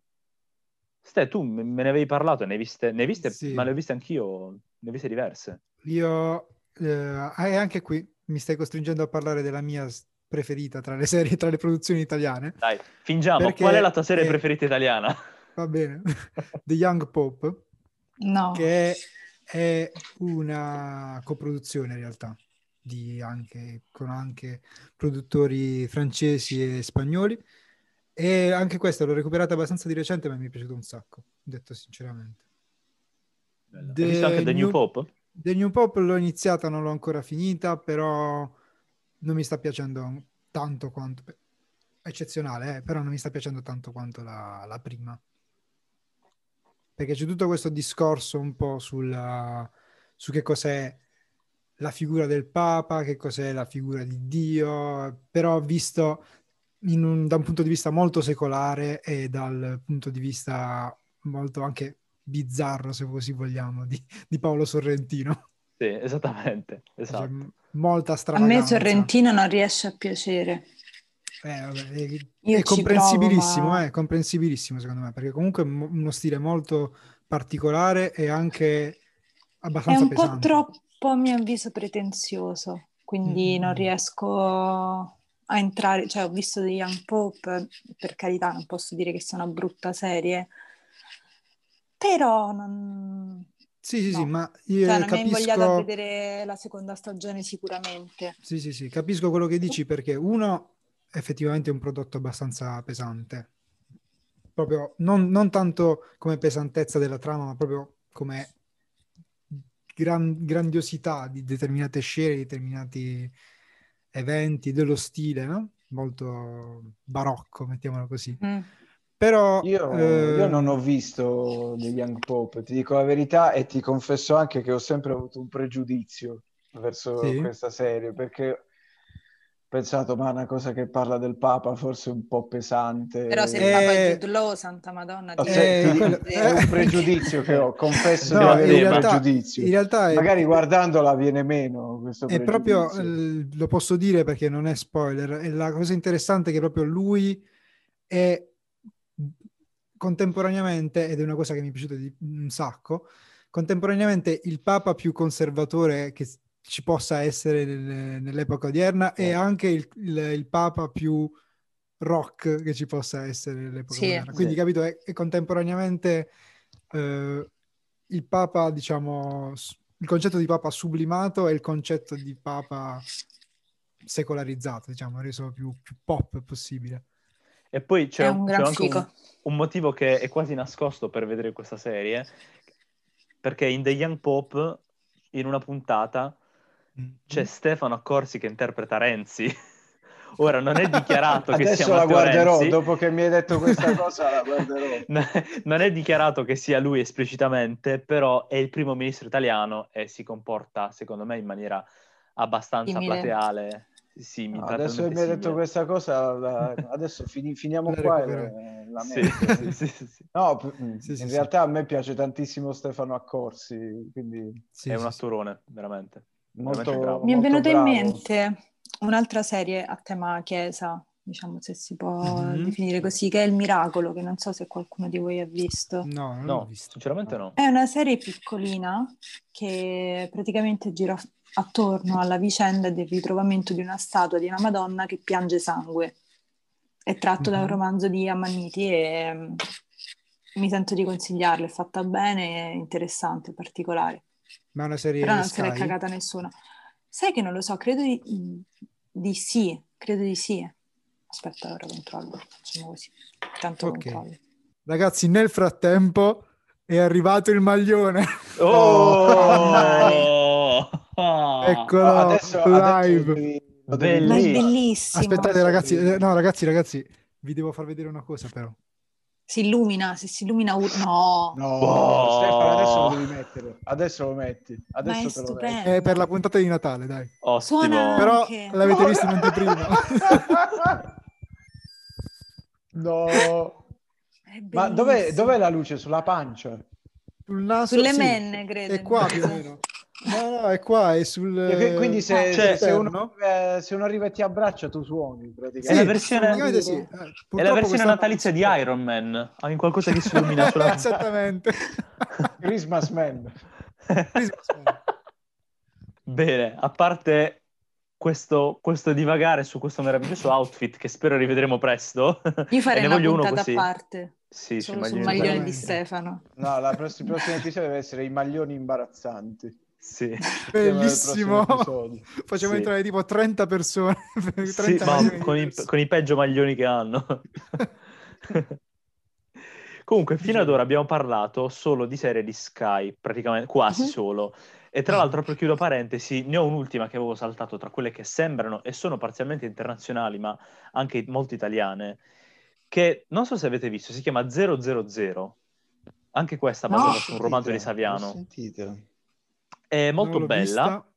[SPEAKER 3] Ste, tu me ne avevi parlato, ne hai viste,
[SPEAKER 1] Sì.
[SPEAKER 3] ma le ho viste anch'io, ne ho viste diverse.
[SPEAKER 1] Io, e anche qui mi stai costringendo a parlare della mia preferita tra le serie, tra le produzioni italiane.
[SPEAKER 3] Dai, fingiamo,
[SPEAKER 1] perché
[SPEAKER 3] qual è la tua serie preferita italiana?
[SPEAKER 1] Va bene. The Young Pope.
[SPEAKER 2] No.
[SPEAKER 1] Che è una coproduzione in realtà, con anche produttori francesi e spagnoli, e anche questa l'ho recuperata abbastanza di recente, ma mi è piaciuto un sacco, detto sinceramente.
[SPEAKER 3] Hai visto anche The New Pope?
[SPEAKER 1] The New Pope l'ho iniziata, non l'ho ancora finita, però non mi sta piacendo tanto quanto... eccezionale, però non mi sta piacendo tanto quanto la prima. Perché c'è tutto questo discorso un po' su che cos'è la figura del Papa, che cos'è la figura di Dio, però visto da un punto di vista molto secolare e dal punto di vista molto anche bizzarro, se così vogliamo, di Paolo Sorrentino.
[SPEAKER 3] Sì, esattamente,
[SPEAKER 1] C'è
[SPEAKER 3] esatto.
[SPEAKER 1] molta
[SPEAKER 2] A me
[SPEAKER 1] stravaganza.
[SPEAKER 2] Sorrentino non riesce a piacere.
[SPEAKER 1] Vabbè,
[SPEAKER 2] Io
[SPEAKER 1] è
[SPEAKER 2] ci
[SPEAKER 1] comprensibilissimo,
[SPEAKER 2] provo, ma
[SPEAKER 1] è comprensibilissimo secondo me, perché comunque è uno stile molto particolare e anche
[SPEAKER 2] è
[SPEAKER 1] abbastanza
[SPEAKER 2] un po'
[SPEAKER 1] pesante.
[SPEAKER 2] troppo, a mio avviso, pretenzioso, quindi non riesco a entrare, cioè ho visto The Young Pope, per carità non posso dire che sia una brutta serie, però non...
[SPEAKER 1] Sì,
[SPEAKER 2] no.
[SPEAKER 1] ma
[SPEAKER 2] Cioè non mi ha invogliato a
[SPEAKER 1] capisco,
[SPEAKER 2] vedere la seconda stagione sicuramente.
[SPEAKER 1] sì, capisco quello che dici, perché uno effettivamente è un prodotto abbastanza pesante, proprio non tanto come pesantezza della trama, ma proprio come grandiosità di determinate scene, di determinati eventi, dello stile, no? Molto barocco, mettiamolo così.
[SPEAKER 2] Mm.
[SPEAKER 1] Però
[SPEAKER 4] Io non ho visto The Young Pope, ti dico la verità, e ti confesso anche che ho sempre avuto un pregiudizio verso
[SPEAKER 1] sì,
[SPEAKER 4] questa serie, perché ho pensato, ma una cosa che parla del Papa forse è un po'
[SPEAKER 2] Però se il Papa è
[SPEAKER 4] pesante.
[SPEAKER 2] Jude Law, Santa Madonna,
[SPEAKER 4] È un pregiudizio che ho, confesso di
[SPEAKER 1] no,
[SPEAKER 4] avere un pregiudizio.
[SPEAKER 1] in realtà
[SPEAKER 4] Magari guardandola viene meno questo
[SPEAKER 1] è proprio,
[SPEAKER 4] pregiudizio.
[SPEAKER 1] lo posso dire perché non è spoiler, e la cosa interessante è che proprio lui è contemporaneamente, ed è una cosa che mi è piaciuta un sacco, contemporaneamente il papa più conservatore che ci possa essere nell'epoca odierna e anche il papa più rock che ci possa essere nell'epoca
[SPEAKER 2] sì.
[SPEAKER 1] moderna. Quindi, capito, è contemporaneamente il papa, diciamo, il concetto di papa sublimato e il concetto di papa secolarizzato, diciamo, reso più pop possibile.
[SPEAKER 3] E poi
[SPEAKER 2] È un gran
[SPEAKER 3] anche
[SPEAKER 2] figo.
[SPEAKER 3] un motivo che è quasi nascosto per vedere questa serie, perché in The Young Pope, in una puntata, c'è Stefano Accorsi che interpreta Renzi. Ora, non è dichiarato che sia
[SPEAKER 4] Adesso la
[SPEAKER 3] Matteo
[SPEAKER 4] guarderò,
[SPEAKER 3] Renzi.
[SPEAKER 4] dopo che mi hai detto questa cosa la guarderò.
[SPEAKER 3] Non è dichiarato che sia lui esplicitamente, però è il primo ministro italiano e si comporta, secondo me, in maniera abbastanza
[SPEAKER 2] Simile.
[SPEAKER 3] plateale.
[SPEAKER 4] No, adesso che mi hai detto questa cosa, adesso finiamo
[SPEAKER 1] La
[SPEAKER 4] qua
[SPEAKER 1] recuperai.
[SPEAKER 4] e la
[SPEAKER 3] Sì,
[SPEAKER 4] metto.
[SPEAKER 3] sì.
[SPEAKER 4] No,
[SPEAKER 1] Sì,
[SPEAKER 4] in realtà a me piace tantissimo Stefano Accorsi, quindi
[SPEAKER 3] È un attorone, veramente.
[SPEAKER 4] molto,
[SPEAKER 3] Veramente bravo.
[SPEAKER 2] Mi è
[SPEAKER 4] molto
[SPEAKER 2] venuta in
[SPEAKER 4] bravo.
[SPEAKER 2] mente un'altra serie a tema chiesa, diciamo se si può definire così, che è Il Miracolo, che non so se qualcuno di voi ha visto.
[SPEAKER 1] No, non l'ho visto.
[SPEAKER 3] Sinceramente no.
[SPEAKER 2] È una serie piccolina che praticamente gira attorno alla vicenda del ritrovamento di una statua di una Madonna che piange sangue. È tratto da un romanzo di Ammanniti e mi sento di consigliarlo, è fatta bene, è interessante, particolare.
[SPEAKER 1] Ma è una serie
[SPEAKER 2] Però non se l'è
[SPEAKER 1] Sky?
[SPEAKER 2] cagata nessuno. Sai che non lo so, credo di sì, credo di sì. Aspetta, ora controllo, facciamo così. Tanto controllo.
[SPEAKER 1] Ragazzi, nel frattempo è arrivato il maglione.
[SPEAKER 3] Oh!
[SPEAKER 1] Eccolo,
[SPEAKER 4] adesso
[SPEAKER 1] live.
[SPEAKER 4] lo devi
[SPEAKER 2] Ma è
[SPEAKER 3] Bellissimo.
[SPEAKER 2] bellissimo.
[SPEAKER 1] Aspettate ragazzi, no ragazzi, vi devo far vedere una cosa però.
[SPEAKER 2] Si illumina, se si illumina no.
[SPEAKER 4] No, Stefano, adesso lo devi mettere. Adesso lo metti.
[SPEAKER 2] Ma
[SPEAKER 4] Adesso
[SPEAKER 2] è
[SPEAKER 4] te lo metti.
[SPEAKER 1] È
[SPEAKER 2] stupendo.
[SPEAKER 1] per la puntata di Natale, dai.
[SPEAKER 2] Suona
[SPEAKER 3] Ottimo.
[SPEAKER 1] Però
[SPEAKER 2] anche.
[SPEAKER 1] l'avete visto in anteprima.
[SPEAKER 4] No.
[SPEAKER 2] È
[SPEAKER 4] Ma
[SPEAKER 2] bellissimo.
[SPEAKER 4] dov'è la luce? Sulla pancia?
[SPEAKER 1] Sul naso,
[SPEAKER 2] Sulle
[SPEAKER 1] sì.
[SPEAKER 2] menne, credo.
[SPEAKER 1] È qua più o meno. No, è qua, è sul...
[SPEAKER 4] Quindi se uno arriva e ti abbraccia, tu suoni praticamente.
[SPEAKER 3] È la versione,
[SPEAKER 1] praticamente sì.
[SPEAKER 3] è la
[SPEAKER 1] Purtroppo
[SPEAKER 3] versione
[SPEAKER 1] quest'anno
[SPEAKER 3] natalizia
[SPEAKER 1] non
[SPEAKER 3] di
[SPEAKER 1] si può.
[SPEAKER 3] Iron Man. Ha in qualcosa che si illumina sulla
[SPEAKER 1] Esattamente.
[SPEAKER 4] Christmas Man.
[SPEAKER 1] Christmas Man.
[SPEAKER 3] Bene, a parte questo divagare su questo meraviglioso outfit che spero rivedremo presto,
[SPEAKER 2] Io
[SPEAKER 3] e
[SPEAKER 2] farei
[SPEAKER 3] ne
[SPEAKER 2] una
[SPEAKER 3] voglio uno
[SPEAKER 2] puntata
[SPEAKER 3] così.
[SPEAKER 2] a parte.
[SPEAKER 3] Sì,
[SPEAKER 2] Solo
[SPEAKER 3] sui
[SPEAKER 2] sul
[SPEAKER 3] maglioni
[SPEAKER 2] maglione di
[SPEAKER 1] veramente.
[SPEAKER 2] Stefano.
[SPEAKER 4] No, il prossimo episodio deve essere i maglioni imbarazzanti.
[SPEAKER 3] Sì,
[SPEAKER 4] Tema del prossimo
[SPEAKER 1] Bellissimo!
[SPEAKER 4] episodio.
[SPEAKER 1] Facciamo
[SPEAKER 3] sì.
[SPEAKER 1] entrare tipo 30 persone,
[SPEAKER 3] Sì,
[SPEAKER 1] 30
[SPEAKER 3] ma
[SPEAKER 1] maglioni
[SPEAKER 3] con
[SPEAKER 1] diversi.
[SPEAKER 3] con i peggio maglioni che hanno. Comunque, fino ad
[SPEAKER 1] Dicevi.
[SPEAKER 3] ora abbiamo parlato solo di serie di Sky, praticamente quasi
[SPEAKER 2] Mhm.
[SPEAKER 3] solo. E tra l'altro, proprio chiudo parentesi, ne ho un'ultima che avevo saltato tra quelle che sembrano e sono parzialmente internazionali, ma anche molto italiane, che non so se avete visto, si chiama 000. Anche questa
[SPEAKER 2] No.
[SPEAKER 3] basata su un romanzo di
[SPEAKER 4] L'ho
[SPEAKER 3] Saviano.
[SPEAKER 4] sentita.
[SPEAKER 3] È
[SPEAKER 1] Non
[SPEAKER 3] molto
[SPEAKER 1] l'ho
[SPEAKER 3] bella.
[SPEAKER 1] vista,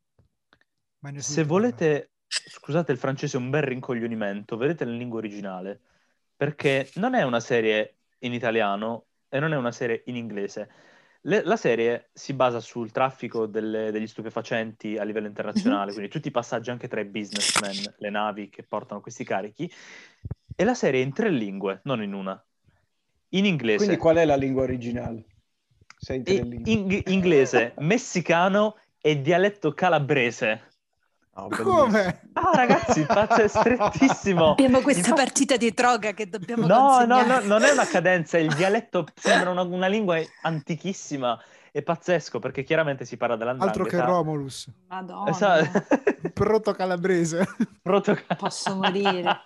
[SPEAKER 1] ma ne ho
[SPEAKER 3] Se
[SPEAKER 1] sentito parlare.
[SPEAKER 3] volete, scusate il francese, un bel rincoglionimento, vedete in lingua originale, perché non è una serie in italiano e non è una serie in inglese. La serie si basa sul traffico degli stupefacenti a livello internazionale, quindi tutti i passaggi anche tra i businessmen, le navi che portano questi carichi, e la serie è in 3 lingue, non in una. In
[SPEAKER 4] Quindi
[SPEAKER 3] inglese,
[SPEAKER 4] qual è la lingua originale? Sei in 3 lingue.
[SPEAKER 3] inglese, messicano e dialetto calabrese.
[SPEAKER 4] Oh, bellissimo.
[SPEAKER 1] Come?
[SPEAKER 3] Ah, ragazzi, è strettissimo.
[SPEAKER 2] Abbiamo questa
[SPEAKER 3] Infatti,
[SPEAKER 2] partita di droga che dobbiamo
[SPEAKER 3] no,
[SPEAKER 2] consegnare.
[SPEAKER 3] non è una cadenza, il dialetto sembra una lingua antichissima. È pazzesco perché chiaramente si parla
[SPEAKER 1] Altro che
[SPEAKER 3] dell''ndrangheta.
[SPEAKER 1] Romulus,
[SPEAKER 2] Madonna,
[SPEAKER 1] proto calabrese.
[SPEAKER 2] posso morire.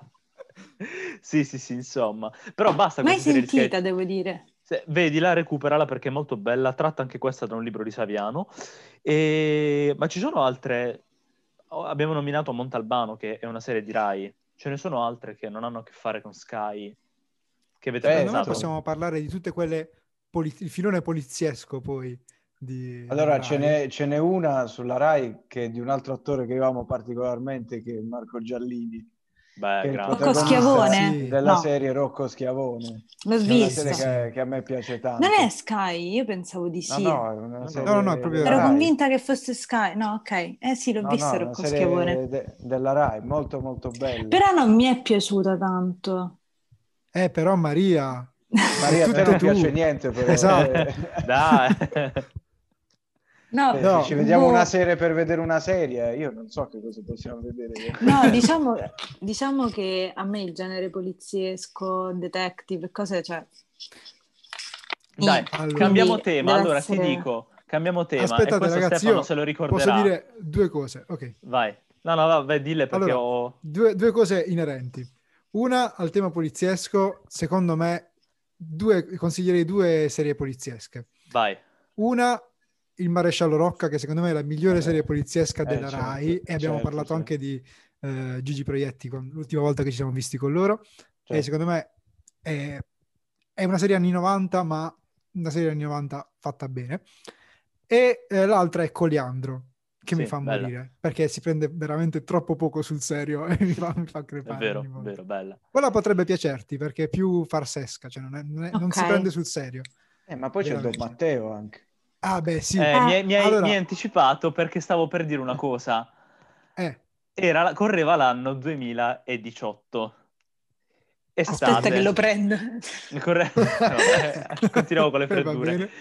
[SPEAKER 3] Sì, sì, sì, insomma. Però basta
[SPEAKER 2] Mai
[SPEAKER 3] queste serie di
[SPEAKER 2] sentita,
[SPEAKER 3] sketch.
[SPEAKER 2] devo dire.
[SPEAKER 3] Vedila, recuperala perché è molto bella, tratta anche questa da un libro di Saviano. Ma ci sono altre. Abbiamo nominato Montalbano, che è una serie di Rai. Ce ne sono altre che non hanno a che fare con Sky, che avete
[SPEAKER 1] Secondo me
[SPEAKER 3] pensato?
[SPEAKER 1] possiamo parlare di tutte quelle, il filone poliziesco poi della
[SPEAKER 4] Allora, ce
[SPEAKER 1] Rai.
[SPEAKER 4] n'è una sulla Rai che è di un altro attore che io amo particolarmente, che è Marco Giallini,
[SPEAKER 3] Beh,
[SPEAKER 4] che è il
[SPEAKER 3] grande.
[SPEAKER 2] Rocco
[SPEAKER 4] protagonista
[SPEAKER 2] Schiavone?
[SPEAKER 1] sì,
[SPEAKER 4] della
[SPEAKER 2] No,
[SPEAKER 4] serie Rocco Schiavone.
[SPEAKER 2] l'ho
[SPEAKER 4] È una
[SPEAKER 1] sì, sì,
[SPEAKER 4] serie
[SPEAKER 2] vista.
[SPEAKER 1] sì.
[SPEAKER 4] che a me piace
[SPEAKER 2] Non è
[SPEAKER 4] tanto.
[SPEAKER 2] Sky? Io pensavo di
[SPEAKER 4] No,
[SPEAKER 2] sì.
[SPEAKER 4] no, è una
[SPEAKER 3] No,
[SPEAKER 1] No, no, no, è
[SPEAKER 4] serie
[SPEAKER 1] proprio
[SPEAKER 4] della
[SPEAKER 2] Ero
[SPEAKER 1] della Rai.
[SPEAKER 4] Rai.
[SPEAKER 2] convinta che fosse Sky. No, ok. Sì, l'ho
[SPEAKER 4] No, no,
[SPEAKER 2] vista
[SPEAKER 4] è una
[SPEAKER 2] Rocco Schiavone.
[SPEAKER 4] serie della Rai, molto molto bella.
[SPEAKER 2] Però non mi è piaciuta tanto.
[SPEAKER 1] Però Maria, sei
[SPEAKER 4] Maria, a te
[SPEAKER 1] tutto
[SPEAKER 4] non piace
[SPEAKER 1] tu.
[SPEAKER 4] niente, però.
[SPEAKER 1] Esatto.
[SPEAKER 3] Dai.
[SPEAKER 2] No,
[SPEAKER 4] Se
[SPEAKER 1] No,
[SPEAKER 4] ci vediamo una
[SPEAKER 2] boh,
[SPEAKER 4] serie per vedere una serie, io non so che cosa possiamo vedere.
[SPEAKER 2] no, diciamo che a me il genere poliziesco, detective, cose, cioè,
[SPEAKER 3] Dai,
[SPEAKER 1] allora,
[SPEAKER 3] cambiamo
[SPEAKER 2] quindi
[SPEAKER 3] tema.
[SPEAKER 2] deve
[SPEAKER 3] Allora ti
[SPEAKER 2] essere...
[SPEAKER 3] dico, cambiamo tema e
[SPEAKER 1] aspettate
[SPEAKER 3] questo
[SPEAKER 1] ragazzi,
[SPEAKER 3] Stefano se
[SPEAKER 1] io
[SPEAKER 3] lo
[SPEAKER 1] posso
[SPEAKER 3] ricorderà.
[SPEAKER 1] dire due cose. Ok.
[SPEAKER 3] Vai. No, no, vabbè, dille perché
[SPEAKER 1] Allora,
[SPEAKER 3] ho.
[SPEAKER 1] due cose inerenti. Una al tema poliziesco, secondo me, consiglierei 2 serie poliziesche.
[SPEAKER 3] Vai.
[SPEAKER 1] Una, Il Maresciallo Rocca, che secondo me è la migliore serie poliziesca della Rai,
[SPEAKER 4] Certo,
[SPEAKER 1] e abbiamo parlato
[SPEAKER 4] sì.
[SPEAKER 1] anche di Gigi Proietti l'ultima volta che ci siamo visti con loro. E
[SPEAKER 4] Certo.
[SPEAKER 1] secondo me è una serie anni 90, ma una serie anni 90 fatta bene. E l'altra è Coliandro, che mi
[SPEAKER 3] Sì,
[SPEAKER 1] fa
[SPEAKER 3] bella.
[SPEAKER 1] morire, perché si prende veramente troppo poco sul serio e mi fa
[SPEAKER 3] È
[SPEAKER 1] crepare ogni volta.
[SPEAKER 3] vero, bella.
[SPEAKER 1] Quella potrebbe piacerti, perché è più farsesca, cioè non si prende
[SPEAKER 2] Ok.
[SPEAKER 1] sul serio.
[SPEAKER 4] Ma poi c'è Don
[SPEAKER 1] Veramente.
[SPEAKER 4] Matteo anche.
[SPEAKER 1] Ah beh, sì.
[SPEAKER 3] Mi
[SPEAKER 1] Allora,
[SPEAKER 3] hai anticipato perché stavo per dire una cosa. Correva l'anno 2018.
[SPEAKER 2] Aspetta che
[SPEAKER 3] Estate.
[SPEAKER 2] lo prendo.
[SPEAKER 3] Vabbè, continuiamo con le
[SPEAKER 1] va
[SPEAKER 3] freddure.
[SPEAKER 1] bene.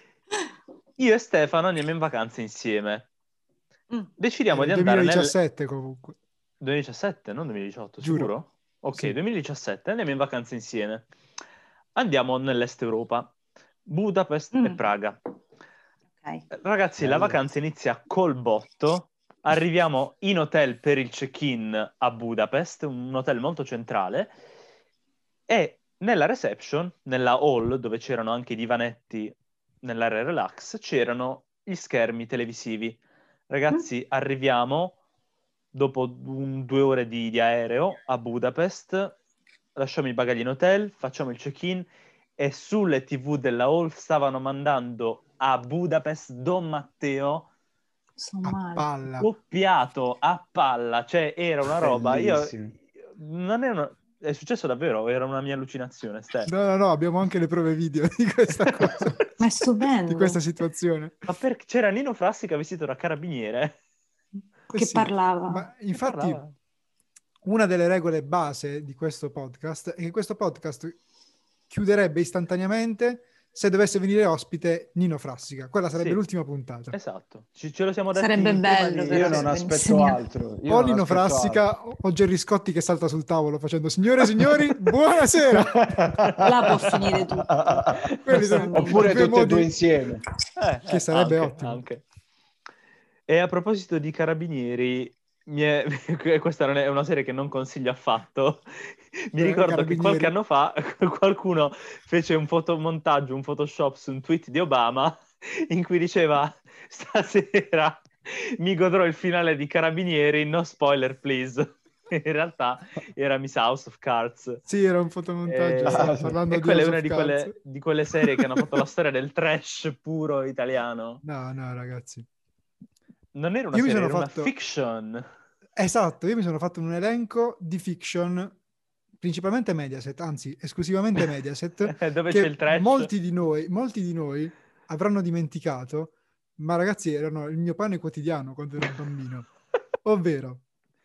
[SPEAKER 3] Io e Stefano andiamo in vacanza insieme. Decidiamo di andare
[SPEAKER 1] 2017 comunque.
[SPEAKER 3] 2017, non 2018,
[SPEAKER 1] Giuro.
[SPEAKER 3] sicuro? Ok,
[SPEAKER 1] Sì.
[SPEAKER 3] 2017, andiamo in vacanza insieme. Andiamo nell'est Europa, Budapest e Praga.
[SPEAKER 2] Ok.
[SPEAKER 3] Ragazzi, la
[SPEAKER 4] Bello.
[SPEAKER 3] vacanza inizia col botto. Arriviamo in hotel per il check-in a Budapest, un hotel molto centrale, e nella reception, nella hall, dove c'erano anche i divanetti nell'area relax, c'erano gli schermi televisivi. Ragazzi, arriviamo dopo 2 ore di aereo a Budapest, lasciamo i bagagli in hotel, facciamo il check-in e sulle TV della hall stavano mandando a Budapest Don Matteo
[SPEAKER 2] Sono
[SPEAKER 1] A
[SPEAKER 2] male.
[SPEAKER 1] palla.
[SPEAKER 3] doppiato a palla, cioè era una roba.
[SPEAKER 4] Bellissimo.
[SPEAKER 3] Non è successo davvero, era una mia allucinazione, Ste.
[SPEAKER 1] No, abbiamo anche le prove video di questa cosa.
[SPEAKER 2] Ma è stupendo.
[SPEAKER 1] Di questa situazione.
[SPEAKER 3] Ma c'era Nino Frassica vestito da carabiniere
[SPEAKER 2] Che
[SPEAKER 1] Sì,
[SPEAKER 2] parlava.
[SPEAKER 1] ma
[SPEAKER 3] che
[SPEAKER 1] infatti
[SPEAKER 3] parlava.
[SPEAKER 1] una delle regole base di questo podcast è che questo podcast chiuderebbe istantaneamente se dovesse venire ospite Nino Frassica. Quella sarebbe
[SPEAKER 3] Sì.
[SPEAKER 1] l'ultima puntata.
[SPEAKER 3] Esatto, ce lo siamo detti
[SPEAKER 2] Sarebbe
[SPEAKER 3] prima
[SPEAKER 2] bello,
[SPEAKER 3] di-
[SPEAKER 2] però,
[SPEAKER 4] Io non
[SPEAKER 2] se
[SPEAKER 4] aspetto
[SPEAKER 2] venisse
[SPEAKER 4] altro. Io
[SPEAKER 1] O
[SPEAKER 4] non
[SPEAKER 1] Nino
[SPEAKER 4] aspetto
[SPEAKER 1] Frassica o Gerry Scotti che salta sul tavolo facendo signore e signori, buonasera!
[SPEAKER 2] Là può finire tutto.
[SPEAKER 1] Quelli sono i
[SPEAKER 4] Oppure
[SPEAKER 1] due
[SPEAKER 4] tutte e due
[SPEAKER 1] modi
[SPEAKER 4] insieme.
[SPEAKER 1] che sarebbe
[SPEAKER 3] anche,
[SPEAKER 1] ottimo.
[SPEAKER 3] anche. E a proposito di Carabinieri, questa non è una serie che non consiglio affatto. Mi ricordo che qualche anno fa qualcuno fece un fotomontaggio, un Photoshop su un tweet di Obama in cui diceva stasera mi godrò il finale di Carabinieri, no spoiler please. In realtà era Miss House of Cards.
[SPEAKER 1] Sì, era un fotomontaggio, stavo
[SPEAKER 4] sì.
[SPEAKER 1] parlando
[SPEAKER 3] E
[SPEAKER 1] di
[SPEAKER 3] quella è
[SPEAKER 1] House
[SPEAKER 3] una
[SPEAKER 1] of
[SPEAKER 3] di
[SPEAKER 1] Cards.
[SPEAKER 3] quelle serie che hanno fatto la storia del trash puro italiano.
[SPEAKER 1] No, ragazzi.
[SPEAKER 3] Non era una
[SPEAKER 1] Io mi
[SPEAKER 3] serie,
[SPEAKER 1] sono
[SPEAKER 3] era una
[SPEAKER 1] fatto-
[SPEAKER 3] fiction.
[SPEAKER 1] Esatto, io mi sono fatto un elenco di fiction, principalmente Mediaset, anzi esclusivamente Mediaset,
[SPEAKER 3] Dove
[SPEAKER 1] che
[SPEAKER 3] c'è il trash.
[SPEAKER 1] molti di noi avranno dimenticato, ma ragazzi erano il mio pane quotidiano quando ero bambino. Ovvero,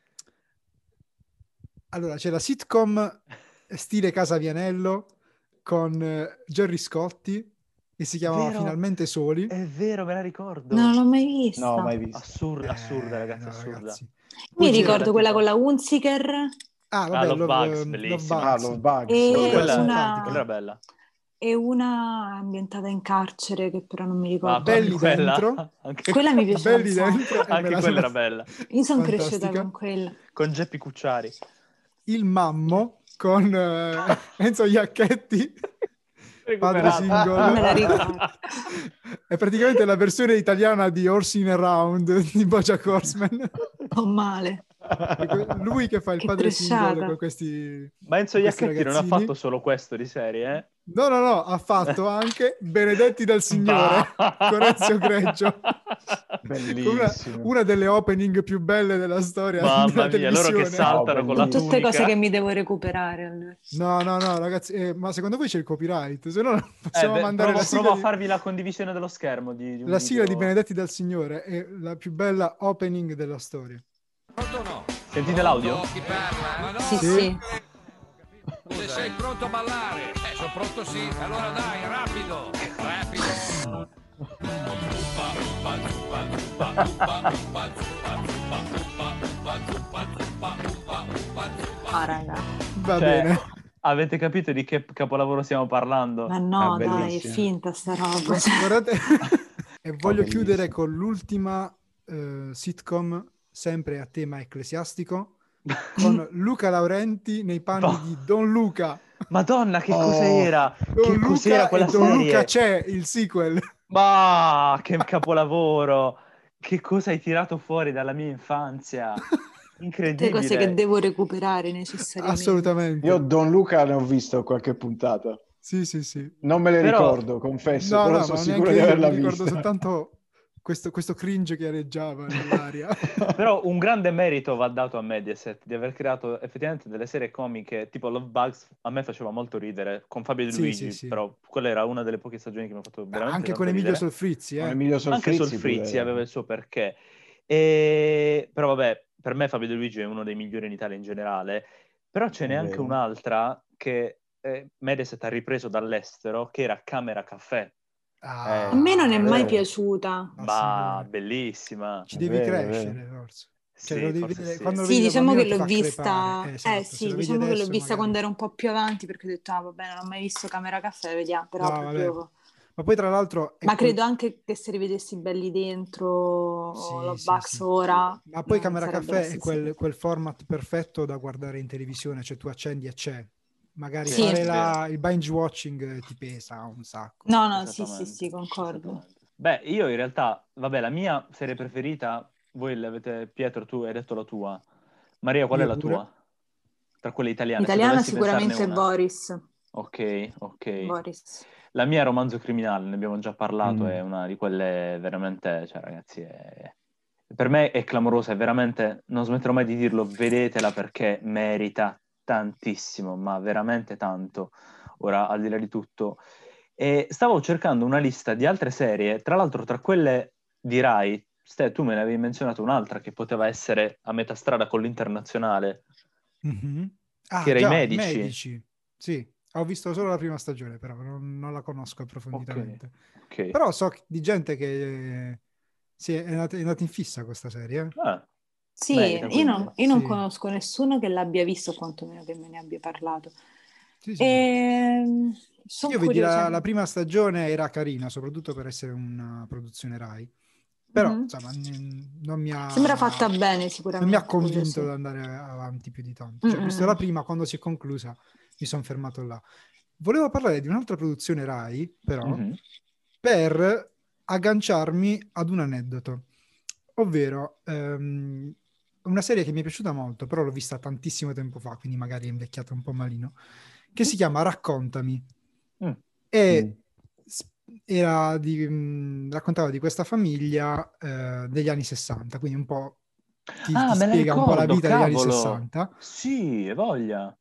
[SPEAKER 1] allora c'è la sitcom stile Casa Vianello con Gerry Scotti che si chiamava
[SPEAKER 3] Vero,
[SPEAKER 1] Finalmente Soli.
[SPEAKER 3] È vero, me la ricordo.
[SPEAKER 2] Non l'ho mai vista.
[SPEAKER 4] No, mai visto.
[SPEAKER 3] Assurda, ragazzi,
[SPEAKER 1] no,
[SPEAKER 3] assurda.
[SPEAKER 1] ragazzi.
[SPEAKER 2] Mi
[SPEAKER 1] Poi
[SPEAKER 3] c'era
[SPEAKER 2] ricordo quella
[SPEAKER 3] tipo-
[SPEAKER 2] con la Hunziker
[SPEAKER 1] Ah, vabbè,
[SPEAKER 3] Love Bugs,
[SPEAKER 1] Love
[SPEAKER 3] bellissima.
[SPEAKER 1] Bugs.
[SPEAKER 4] Love Bugs.
[SPEAKER 2] e
[SPEAKER 1] Quella era
[SPEAKER 3] Quella era bella.
[SPEAKER 2] una ambientata in carcere che però non mi
[SPEAKER 3] Ma
[SPEAKER 2] ricordo.
[SPEAKER 1] Belli
[SPEAKER 3] anche quella,
[SPEAKER 1] dentro.
[SPEAKER 3] anche,
[SPEAKER 2] Quella mi piaceva un
[SPEAKER 1] Belli
[SPEAKER 2] sacco.
[SPEAKER 1] dentro. e me
[SPEAKER 3] anche
[SPEAKER 1] la
[SPEAKER 3] quella
[SPEAKER 1] sono-
[SPEAKER 3] era bella.
[SPEAKER 2] Io sono cresciuta
[SPEAKER 1] Fantastica.
[SPEAKER 2] con quella.
[SPEAKER 3] Con Geppi Cucciari.
[SPEAKER 1] Il Mammo con Enzo Iacchetti, padre
[SPEAKER 3] Recuperato.
[SPEAKER 2] Non me la
[SPEAKER 1] single.
[SPEAKER 2] ricordo.
[SPEAKER 1] È praticamente la versione italiana di Horsing Around di BoJack Horseman.
[SPEAKER 2] Non male.
[SPEAKER 1] Lui che fa il
[SPEAKER 2] Che
[SPEAKER 1] padre single
[SPEAKER 2] trashata.
[SPEAKER 1] con questi
[SPEAKER 3] Ma Enzo
[SPEAKER 1] con questi
[SPEAKER 3] Iacchetti non ha
[SPEAKER 1] ragazzini.
[SPEAKER 3] fatto solo questo di serie, eh?
[SPEAKER 1] No, ha fatto anche Benedetti dal Signore con Ezio Greggio.
[SPEAKER 4] Bellissimo.
[SPEAKER 1] Una delle opening più belle della storia
[SPEAKER 3] Mamma
[SPEAKER 1] della
[SPEAKER 3] mia, loro che
[SPEAKER 1] televisione.
[SPEAKER 3] saltano
[SPEAKER 4] No,
[SPEAKER 3] con la
[SPEAKER 2] Sono tutte
[SPEAKER 3] tunica.
[SPEAKER 2] cose che mi devo recuperare. Allora.
[SPEAKER 1] No, ragazzi, ma secondo voi c'è il copyright? Se no possiamo mandare la
[SPEAKER 3] provo
[SPEAKER 1] sigla
[SPEAKER 3] a farvi la condivisione dello schermo di un
[SPEAKER 1] la sigla di
[SPEAKER 3] video.
[SPEAKER 1] Benedetti dal Signore è la più bella opening della storia.
[SPEAKER 3] Sentite l'audio?
[SPEAKER 2] Sì,
[SPEAKER 1] Sì.
[SPEAKER 2] sì.
[SPEAKER 5] Se sei pronto a ballare, sono pronto sì. Allora dai, rapido.
[SPEAKER 2] Ah, raga.
[SPEAKER 1] Va
[SPEAKER 3] Cioè,
[SPEAKER 1] bene.
[SPEAKER 3] avete capito di che capolavoro stiamo parlando?
[SPEAKER 2] Ma no, dai, è
[SPEAKER 4] bellissimo.
[SPEAKER 2] finta sta roba.
[SPEAKER 1] Guardate. E voglio
[SPEAKER 4] bellissimo.
[SPEAKER 1] chiudere con l'ultima sitcom, sempre a tema ecclesiastico, con Luca Laurenti nei panni di Don Luca.
[SPEAKER 3] Madonna, che
[SPEAKER 4] Oh,
[SPEAKER 3] cos'era?
[SPEAKER 1] Don
[SPEAKER 3] Che
[SPEAKER 1] Luca
[SPEAKER 3] cos'era quella
[SPEAKER 1] e Don
[SPEAKER 3] serie?
[SPEAKER 1] Luca c'è, il sequel.
[SPEAKER 3] Ma che capolavoro! Che cosa hai tirato fuori dalla mia infanzia?
[SPEAKER 2] Tutte cose che
[SPEAKER 3] Incredibile.
[SPEAKER 2] devo recuperare necessariamente.
[SPEAKER 1] Assolutamente.
[SPEAKER 4] Io Don Luca ne ho visto qualche puntata.
[SPEAKER 1] Sì.
[SPEAKER 4] Non me le
[SPEAKER 3] Però-
[SPEAKER 4] ricordo, confesso,
[SPEAKER 1] No,
[SPEAKER 4] però
[SPEAKER 1] ma
[SPEAKER 4] sono sicuro
[SPEAKER 1] neanche
[SPEAKER 4] di
[SPEAKER 1] io, mi
[SPEAKER 4] averla
[SPEAKER 1] ricordo
[SPEAKER 4] vista.
[SPEAKER 1] soltanto questo cringe che areggiava nell'aria.
[SPEAKER 3] Però un grande merito va dato a Mediaset di aver creato effettivamente delle serie comiche tipo Love Bugs. A me faceva molto ridere con Fabio De
[SPEAKER 1] Sì,
[SPEAKER 3] Luigi,
[SPEAKER 1] sì.
[SPEAKER 3] però quella era una delle poche stagioni che mi ha fatto veramente
[SPEAKER 1] Anche
[SPEAKER 3] tanto
[SPEAKER 1] con Emilio
[SPEAKER 3] ridere.
[SPEAKER 1] Solfrizzi,
[SPEAKER 4] Con Emilio
[SPEAKER 3] Anche
[SPEAKER 4] Solfrizzi
[SPEAKER 3] Solfrizzi
[SPEAKER 4] pure.
[SPEAKER 3] aveva il suo perché. Però vabbè, per me Fabio De Luigi è uno dei migliori in Italia in generale. Però ce n'è
[SPEAKER 4] È
[SPEAKER 3] anche
[SPEAKER 4] vero.
[SPEAKER 3] un'altra che Mediaset ha ripreso dall'estero, che era Camera Caffè.
[SPEAKER 2] A me non è mai
[SPEAKER 4] vero.
[SPEAKER 2] piaciuta.
[SPEAKER 3] Ma bellissima.
[SPEAKER 1] Ci
[SPEAKER 4] È
[SPEAKER 1] devi
[SPEAKER 4] vero, è
[SPEAKER 1] crescere, forse. Cioè,
[SPEAKER 3] Sì,
[SPEAKER 1] lo devi
[SPEAKER 3] forse
[SPEAKER 1] vedere-
[SPEAKER 3] sì.
[SPEAKER 1] quando lo
[SPEAKER 2] Sì,
[SPEAKER 1] vedi da
[SPEAKER 2] diciamo
[SPEAKER 1] bambino
[SPEAKER 2] che
[SPEAKER 1] ti
[SPEAKER 2] l'ho
[SPEAKER 1] fa
[SPEAKER 2] vista.
[SPEAKER 1] crepare. Esatto, se
[SPEAKER 2] Sì,
[SPEAKER 1] la vedi
[SPEAKER 2] diciamo che l'ho
[SPEAKER 1] adesso,
[SPEAKER 2] vista
[SPEAKER 1] magari-
[SPEAKER 2] quando ero un po' più avanti perché ho detto, ah, vabbè, non ho mai visto Camera Caffè, vediamo, però
[SPEAKER 1] No,
[SPEAKER 2] proprio...
[SPEAKER 1] vabbè. Ma poi tra l'altro è
[SPEAKER 2] Ma credo anche che se rivedessi Belli Dentro
[SPEAKER 1] Sì,
[SPEAKER 2] o Love
[SPEAKER 1] sì,
[SPEAKER 2] Bugs
[SPEAKER 1] sì.
[SPEAKER 2] ora,
[SPEAKER 1] Ma poi
[SPEAKER 2] non
[SPEAKER 1] Camera
[SPEAKER 2] sarebbe la
[SPEAKER 1] Caffè è
[SPEAKER 2] stessa cosa.
[SPEAKER 1] quel format perfetto da guardare in televisione, cioè tu accendi e c'è. Magari
[SPEAKER 2] Sì.
[SPEAKER 1] fare
[SPEAKER 3] È vero.
[SPEAKER 1] il binge watching ti pesa un sacco.
[SPEAKER 2] No, sì,
[SPEAKER 3] Esattamente,
[SPEAKER 2] concordo.
[SPEAKER 3] esattamente. Beh, io in realtà, vabbè, la mia serie preferita, voi l'avete, Pietro, tu hai detto la tua. Maria, qual è
[SPEAKER 1] Io
[SPEAKER 3] la
[SPEAKER 1] pure.
[SPEAKER 3] tua? Tra quelle italiane, se
[SPEAKER 2] Italiana
[SPEAKER 3] dovessi pensarne
[SPEAKER 2] sicuramente
[SPEAKER 3] una.
[SPEAKER 2] Boris.
[SPEAKER 3] Ok.
[SPEAKER 2] Boris.
[SPEAKER 3] La mia è Romanzo Criminale, ne abbiamo già parlato,
[SPEAKER 4] Mm.
[SPEAKER 3] è una di quelle veramente, cioè ragazzi, per me è clamorosa, è veramente, non smetterò mai di dirlo, vedetela perché merita tantissimo, ma veramente tanto, ora al di là di tutto. E stavo cercando una lista di altre serie, tra l'altro tra quelle di Rai, Ste, tu me ne avevi menzionato un'altra che poteva essere a metà strada con l'internazionale,
[SPEAKER 1] Mhm.
[SPEAKER 3] che era I
[SPEAKER 1] già,
[SPEAKER 3] Medici.
[SPEAKER 1] Sì. Ho visto solo la prima stagione, però non la conosco approfonditamente.
[SPEAKER 3] Ok.
[SPEAKER 1] Però so di gente che è andata in fissa questa serie.
[SPEAKER 2] Sì,
[SPEAKER 3] Merita,
[SPEAKER 2] io non
[SPEAKER 1] Sì.
[SPEAKER 2] conosco nessuno che l'abbia visto, quantomeno che me ne abbia parlato.
[SPEAKER 1] Sì, sì.
[SPEAKER 2] Sono
[SPEAKER 1] Io vedi
[SPEAKER 2] curiosa.
[SPEAKER 1] la prima stagione era carina, soprattutto per essere una produzione Rai. Però,
[SPEAKER 2] Mhm.
[SPEAKER 1] insomma, non mi ha...
[SPEAKER 2] Sembra fatta bene,
[SPEAKER 1] Non
[SPEAKER 2] sicuramente.
[SPEAKER 1] mi ha
[SPEAKER 2] quello
[SPEAKER 1] convinto
[SPEAKER 2] sì.
[SPEAKER 1] ad andare avanti più di tanto. Cioè, ho visto la prima, quando si è conclusa, mi sono fermato là. Volevo parlare di un'altra produzione Rai, però, per agganciarmi ad un aneddoto. Ovvero, una serie che mi è piaciuta molto, però l'ho vista tantissimo tempo fa, quindi magari è invecchiata un po' malino, che si chiama Raccontami. E raccontava di questa famiglia degli anni 60, quindi un po' ti
[SPEAKER 3] Me la
[SPEAKER 1] spiega un po' la
[SPEAKER 3] ricordo,
[SPEAKER 1] vita degli anni
[SPEAKER 3] cavolo.
[SPEAKER 1] 60,
[SPEAKER 3] Sì, è voglia.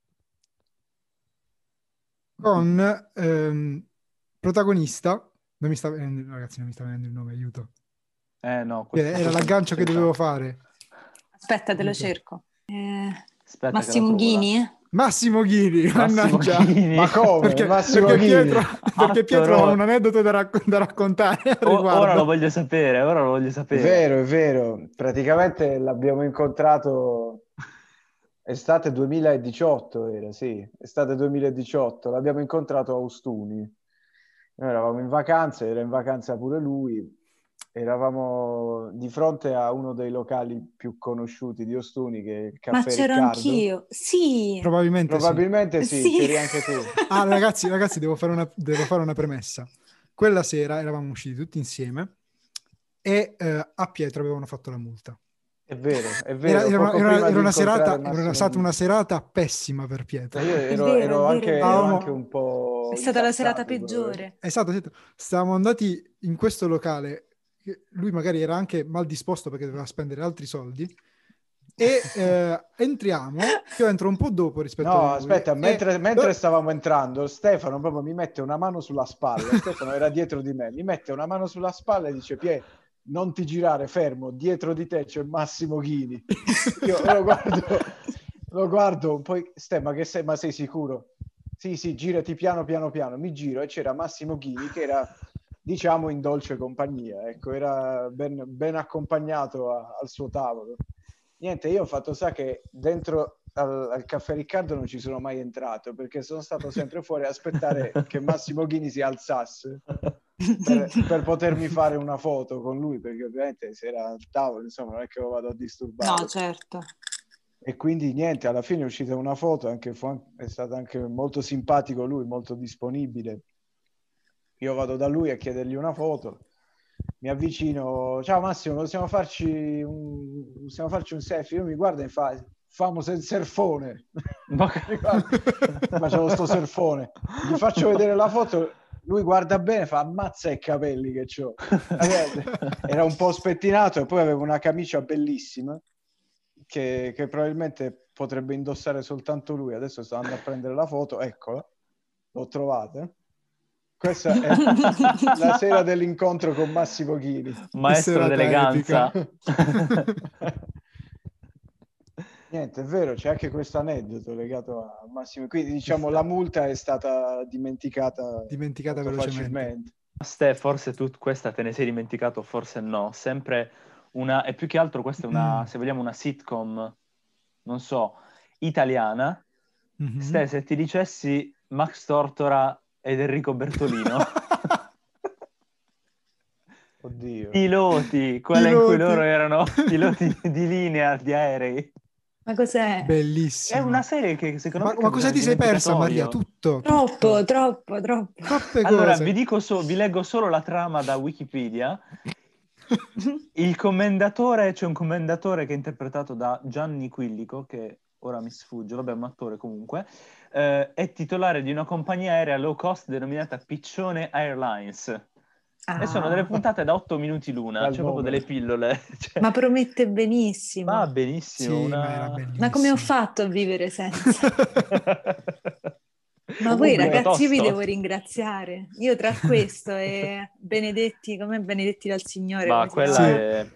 [SPEAKER 1] con protagonista, ragazzi, non mi sta venendo il nome, aiuto.
[SPEAKER 3] No,
[SPEAKER 1] Era l'aggancio che dovevo fare.
[SPEAKER 2] Aspetta, te lo
[SPEAKER 1] Aiuto.
[SPEAKER 2] cerco.
[SPEAKER 3] Aspetta
[SPEAKER 2] Massimo
[SPEAKER 3] che la trovo là.
[SPEAKER 2] Ghini?
[SPEAKER 1] Massimo Ghini,
[SPEAKER 3] Massimo
[SPEAKER 1] mannaggia.
[SPEAKER 3] Ghini.
[SPEAKER 4] Ma come?
[SPEAKER 1] Perché
[SPEAKER 4] Massimo Ghini?
[SPEAKER 1] Pietro ha un aneddoto da raccontare al riguardo.
[SPEAKER 3] Ora lo voglio sapere,
[SPEAKER 4] È vero. Praticamente l'abbiamo incontrato estate 2018, era, sì, estate 2018. L'abbiamo incontrato a Ostuni. Noi eravamo in vacanza, era in vacanza pure lui. Eravamo di fronte a uno dei locali più conosciuti di Ostuni, che è il
[SPEAKER 2] Ma
[SPEAKER 4] Caffè
[SPEAKER 2] c'ero
[SPEAKER 4] Riccardo.
[SPEAKER 2] anch'io, sì.
[SPEAKER 1] Probabilmente
[SPEAKER 4] sì, c'eri anche tu.
[SPEAKER 1] Ragazzi, devo fare una premessa. Quella sera eravamo usciti tutti insieme e a Pietro avevano fatto la multa.
[SPEAKER 4] È vero.
[SPEAKER 1] Era stata una serata pessima per Pietro.
[SPEAKER 4] Ero anche un po'...
[SPEAKER 2] È stata la serata
[SPEAKER 4] incazzato,
[SPEAKER 2] peggiore.
[SPEAKER 1] Esatto. Stavamo andati in questo locale, lui magari era anche mal disposto perché doveva spendere altri soldi, e entriamo, io entro un po' dopo rispetto a lui.
[SPEAKER 4] Aspetta, mentre stavamo entrando, Stefano proprio mi mette una mano sulla spalla. Stefano era dietro di me, mi mette una mano sulla spalla e dice: Pie, non ti girare, fermo, dietro di te c'è Massimo Ghini. Io lo guardo un po', ma sei sicuro? Sì, girati piano. Mi giro e c'era Massimo Ghini, che era, diciamo, in dolce compagnia, ecco, era ben accompagnato al suo tavolo. Niente, io ho fatto che dentro al Caffè Riccardo non ci sono mai entrato, perché sono stato sempre fuori a aspettare che Massimo Ghini si alzasse per potermi fare una foto con lui, perché ovviamente se era al tavolo, insomma, non è che lo vado a disturbare.
[SPEAKER 2] No, certo.
[SPEAKER 4] E quindi niente, alla fine è uscita una foto, è stato anche molto simpatico lui, molto disponibile. Io vado da lui a chiedergli una foto, mi avvicino: ciao Massimo, possiamo farci un selfie? Io mi guardo e fa: famo il surfone. Facevo sto surfone, gli faccio vedere la foto, lui guarda bene, fa: ammazza i capelli che c'ho. Era un po' spettinato e poi aveva una camicia bellissima che probabilmente potrebbe indossare soltanto lui. Adesso sto andando a prendere la foto, eccola, l'ho trovata. Questa è la sera dell'incontro con Massimo Ghini.
[SPEAKER 3] Maestro d'eleganza.
[SPEAKER 4] Niente, è vero, c'è anche questo aneddoto legato a Massimo. Quindi diciamo la multa è stata dimenticata molto
[SPEAKER 1] velocemente.
[SPEAKER 3] Facilmente. Forse tu questa te ne sei dimenticato, forse no. Sempre e più che altro questa è una, se vogliamo, una sitcom, non so, italiana.
[SPEAKER 1] Mm-hmm.
[SPEAKER 3] Se ti dicessi Max Tortora ed Enrico Bertolino.
[SPEAKER 4] Oddio.
[SPEAKER 3] Piloti, quella in cui loro erano piloti di linea di aerei.
[SPEAKER 2] Ma cos'è?
[SPEAKER 1] Bellissimo.
[SPEAKER 3] È una serie che secondo me...
[SPEAKER 1] Ma cosa ti sei persa, Maria? Tutto.
[SPEAKER 2] Troppo.
[SPEAKER 3] Allora, vi leggo solo la trama da Wikipedia. C'è un commendatore che è interpretato da Gianni Quillico, che ora mi sfugge, vabbè, è un attore comunque, è titolare di una compagnia aerea low cost denominata Piccione Airlines. E sono delle puntate da 8 minuti l'una, cioè proprio delle pillole. Cioè...
[SPEAKER 2] Ma promette benissimo.
[SPEAKER 3] Ma benissimo.
[SPEAKER 1] Sì, ma era bellissimo.
[SPEAKER 2] Ma come ho fatto a vivere senza? Ma voi ragazzi, io vi devo ringraziare. Io tra questo e Benedetti, come Benedetti dal Signore.
[SPEAKER 3] Ma quella è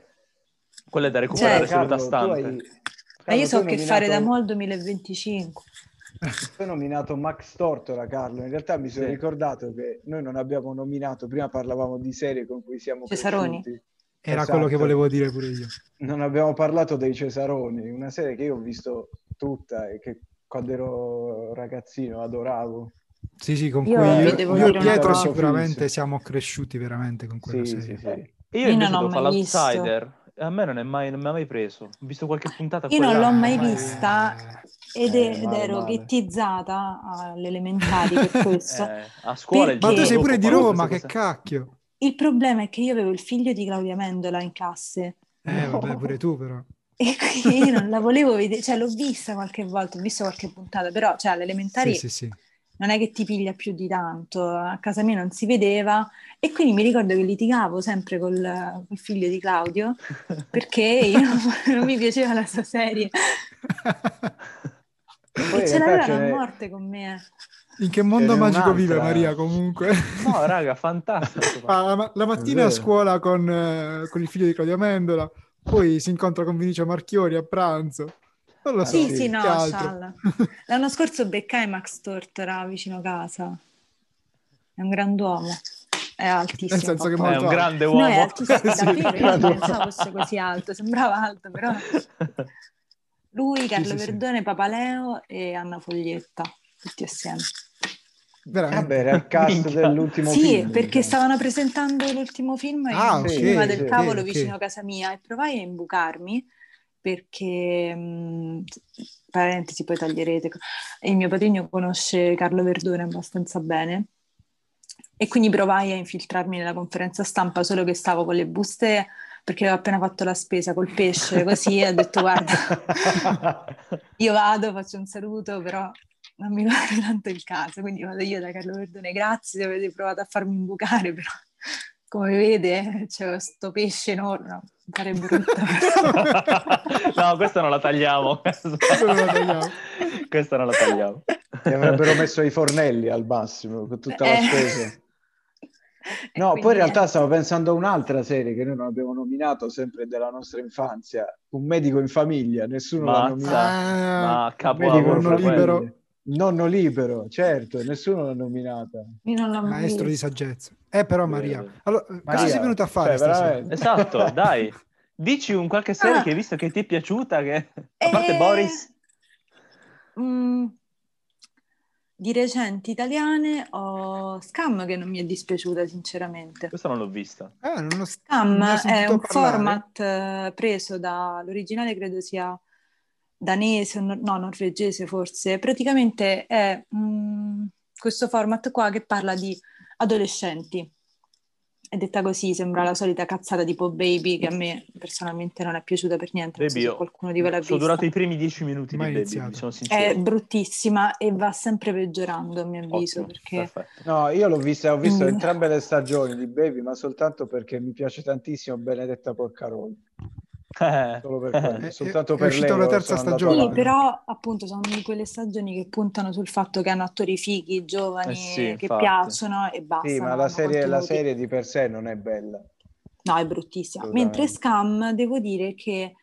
[SPEAKER 3] da recuperare sulla stante.
[SPEAKER 2] Ma io so che fare da mo' al 2025.
[SPEAKER 4] Poi nominato Max Tortora, Carlo. In realtà mi sono ricordato che noi non abbiamo nominato, prima parlavamo di serie con cui siamo
[SPEAKER 2] Cesaroni.
[SPEAKER 4] cresciuti.
[SPEAKER 1] Era
[SPEAKER 4] Esatto.
[SPEAKER 1] quello che volevo dire pure io.
[SPEAKER 4] Non abbiamo parlato dei Cesaroni, una serie che io ho visto tutta e che quando ero ragazzino adoravo.
[SPEAKER 1] Sì, con
[SPEAKER 2] Io
[SPEAKER 1] cui
[SPEAKER 2] vi devo
[SPEAKER 1] io e
[SPEAKER 2] dire una
[SPEAKER 1] Pietro
[SPEAKER 2] cosa.
[SPEAKER 1] sicuramente siamo cresciuti veramente con quella
[SPEAKER 4] Sì,
[SPEAKER 1] serie.
[SPEAKER 4] sì, sì.
[SPEAKER 3] Io
[SPEAKER 2] Io
[SPEAKER 3] invece
[SPEAKER 2] non ho
[SPEAKER 3] devo fare
[SPEAKER 2] mai visto.
[SPEAKER 3] l'outsider. A me non mi ha mai preso. Ho visto qualche puntata
[SPEAKER 2] Io
[SPEAKER 3] qua e
[SPEAKER 2] non
[SPEAKER 3] là,
[SPEAKER 2] l'ho mai
[SPEAKER 3] mai-
[SPEAKER 2] vista ed
[SPEAKER 4] Male,
[SPEAKER 2] ero
[SPEAKER 4] male.
[SPEAKER 2] ghettizzata alle elementari per questo.
[SPEAKER 3] a scuola il
[SPEAKER 1] Ma tu
[SPEAKER 3] giorno
[SPEAKER 1] sei
[SPEAKER 2] Perché
[SPEAKER 1] pure
[SPEAKER 3] dopo
[SPEAKER 1] di
[SPEAKER 3] fanno
[SPEAKER 1] Roma,
[SPEAKER 3] queste
[SPEAKER 1] che
[SPEAKER 3] cose.
[SPEAKER 1] cacchio.
[SPEAKER 2] il problema è che io avevo il figlio di Claudia Mendola in classe
[SPEAKER 1] Vabbè, pure tu però.
[SPEAKER 2] e quindi io non la volevo vedere, cioè l'ho vista qualche volta, ho visto qualche puntata, però cioè, alle elementari
[SPEAKER 1] Sì.
[SPEAKER 2] non è che ti piglia più di tanto, a casa mia non si vedeva e quindi mi ricordo che litigavo sempre col figlio di Claudio perché io non mi piaceva la sua serie
[SPEAKER 4] E poi
[SPEAKER 2] e
[SPEAKER 4] in
[SPEAKER 2] ce
[SPEAKER 4] realtà
[SPEAKER 2] l'avevano a morte con me.
[SPEAKER 1] In che
[SPEAKER 4] ce
[SPEAKER 1] mondo
[SPEAKER 4] n'è
[SPEAKER 1] magico vive
[SPEAKER 4] un'altra.
[SPEAKER 1] Maria comunque?
[SPEAKER 3] No, raga, fantastico.
[SPEAKER 1] La mattina a
[SPEAKER 4] vero.
[SPEAKER 1] scuola con il figlio di Claudia Mendola, poi si incontra con Vinicio Marchiori a pranzo. Non lo so,
[SPEAKER 2] Sì, no,
[SPEAKER 1] che altro?
[SPEAKER 2] scialla. L'anno scorso beccai Max Tortora vicino casa. È un grand'uomo. È
[SPEAKER 1] Nel
[SPEAKER 2] altissimo.
[SPEAKER 1] senso che è
[SPEAKER 3] È
[SPEAKER 1] molto
[SPEAKER 3] un
[SPEAKER 1] alto.
[SPEAKER 3] grande
[SPEAKER 2] No, è
[SPEAKER 3] uomo.
[SPEAKER 2] altissimo,
[SPEAKER 1] Sì,
[SPEAKER 2] davvero. Io non
[SPEAKER 1] grande
[SPEAKER 2] pensavo fosse così alto. Sembrava alto, però... Lui, Carlo
[SPEAKER 1] sì.
[SPEAKER 2] Verdone, Papaleo e Anna Foglietta. Tutti assieme.
[SPEAKER 1] Veramente.
[SPEAKER 4] Vabbè, era il cast
[SPEAKER 3] Minchia.
[SPEAKER 4] dell'ultimo
[SPEAKER 2] Sì,
[SPEAKER 4] film.
[SPEAKER 2] perché
[SPEAKER 4] diciamo.
[SPEAKER 2] stavano presentando l'ultimo film in
[SPEAKER 1] Ah,
[SPEAKER 2] un
[SPEAKER 1] ok,
[SPEAKER 2] cinema del cavolo
[SPEAKER 1] ok.
[SPEAKER 2] vicino a casa mia e provai a imbucarmi perché, parentesi, poi taglierete, il mio padrino conosce Carlo Verdone abbastanza bene e quindi provai a infiltrarmi nella conferenza stampa, solo che stavo con le buste perché avevo appena fatto la spesa col pesce, così e ho detto guarda, io vado, faccio un saluto, però non mi pare tanto il caso, quindi vado io da Carlo Verdone, grazie se avete provato a farmi imbucare, però come vede c'è questo pesce enorme, no, mi pare brutto.
[SPEAKER 3] No, questa non la tagliamo. Questa non la tagliamo.
[SPEAKER 4] Ti avrebbero messo i fornelli al massimo con tutta la spesa. No, poi in realtà stavo pensando a un'altra serie che noi non abbiamo nominato, sempre della nostra infanzia, Un medico in famiglia, nessuno l'ha nominato.
[SPEAKER 3] Ma
[SPEAKER 4] Medico in
[SPEAKER 3] capolavoro
[SPEAKER 1] Nonno
[SPEAKER 3] pure quello.
[SPEAKER 1] libero.
[SPEAKER 4] Nonno libero, certo, nessuno l'ha nominata.
[SPEAKER 2] Io non l'ho mai
[SPEAKER 1] Maestro di
[SPEAKER 2] visto.
[SPEAKER 1] saggezza. Però Maria,
[SPEAKER 3] Vero.
[SPEAKER 1] allora, cosa
[SPEAKER 4] Maria,
[SPEAKER 1] sei venuta a fare
[SPEAKER 4] cioè,
[SPEAKER 1] stasera?
[SPEAKER 4] veramente.
[SPEAKER 3] Esatto, dai. Dici un qualche serie che hai visto che ti è piaciuta, che... a parte Boris.
[SPEAKER 2] Di recenti italiane ho Scam che non mi è dispiaciuta sinceramente.
[SPEAKER 3] Questa non l'ho vista.
[SPEAKER 2] Scam
[SPEAKER 1] ne ho
[SPEAKER 2] è
[SPEAKER 1] sentito
[SPEAKER 2] un
[SPEAKER 1] parlare.
[SPEAKER 2] format preso dall'originale, credo sia danese, no, norvegese forse. Praticamente è questo format qua che parla di adolescenti. È detta così, sembra la solita cazzata tipo Baby, che a me personalmente non è piaciuta per niente, non so
[SPEAKER 3] Baby,
[SPEAKER 2] se qualcuno di voi l'ha
[SPEAKER 3] sono
[SPEAKER 2] vista.
[SPEAKER 3] durati i primi 10 minuti
[SPEAKER 1] Mai
[SPEAKER 3] di Baby,
[SPEAKER 1] iniziato.
[SPEAKER 3] vi sono
[SPEAKER 2] È
[SPEAKER 3] sincero.
[SPEAKER 2] bruttissima e va sempre peggiorando, a mio avviso,
[SPEAKER 3] Ottimo,
[SPEAKER 2] perché...
[SPEAKER 3] perfetto.
[SPEAKER 4] No, io ho visto
[SPEAKER 2] Quindi-
[SPEAKER 4] entrambe le stagioni di Baby, ma soltanto perché mi piace tantissimo Benedetta Porcaroli. Solo per quello, soltanto
[SPEAKER 1] È
[SPEAKER 4] per
[SPEAKER 1] uscita
[SPEAKER 4] lei
[SPEAKER 1] una terza
[SPEAKER 4] sono andato
[SPEAKER 1] stagione.
[SPEAKER 2] Sì,
[SPEAKER 4] avanti.
[SPEAKER 2] però appunto sono di quelle stagioni che puntano sul fatto che hanno attori fighi, giovani,
[SPEAKER 3] Sì,
[SPEAKER 2] che
[SPEAKER 3] infatti.
[SPEAKER 2] piacciono e basta,
[SPEAKER 4] Sì, ma
[SPEAKER 2] non
[SPEAKER 4] la
[SPEAKER 2] hanno
[SPEAKER 4] serie
[SPEAKER 2] contenuti.
[SPEAKER 4] di per sé non è bella.
[SPEAKER 2] No, è bruttissima. Mentre
[SPEAKER 4] Assolutamente.
[SPEAKER 2] Scam, devo dire che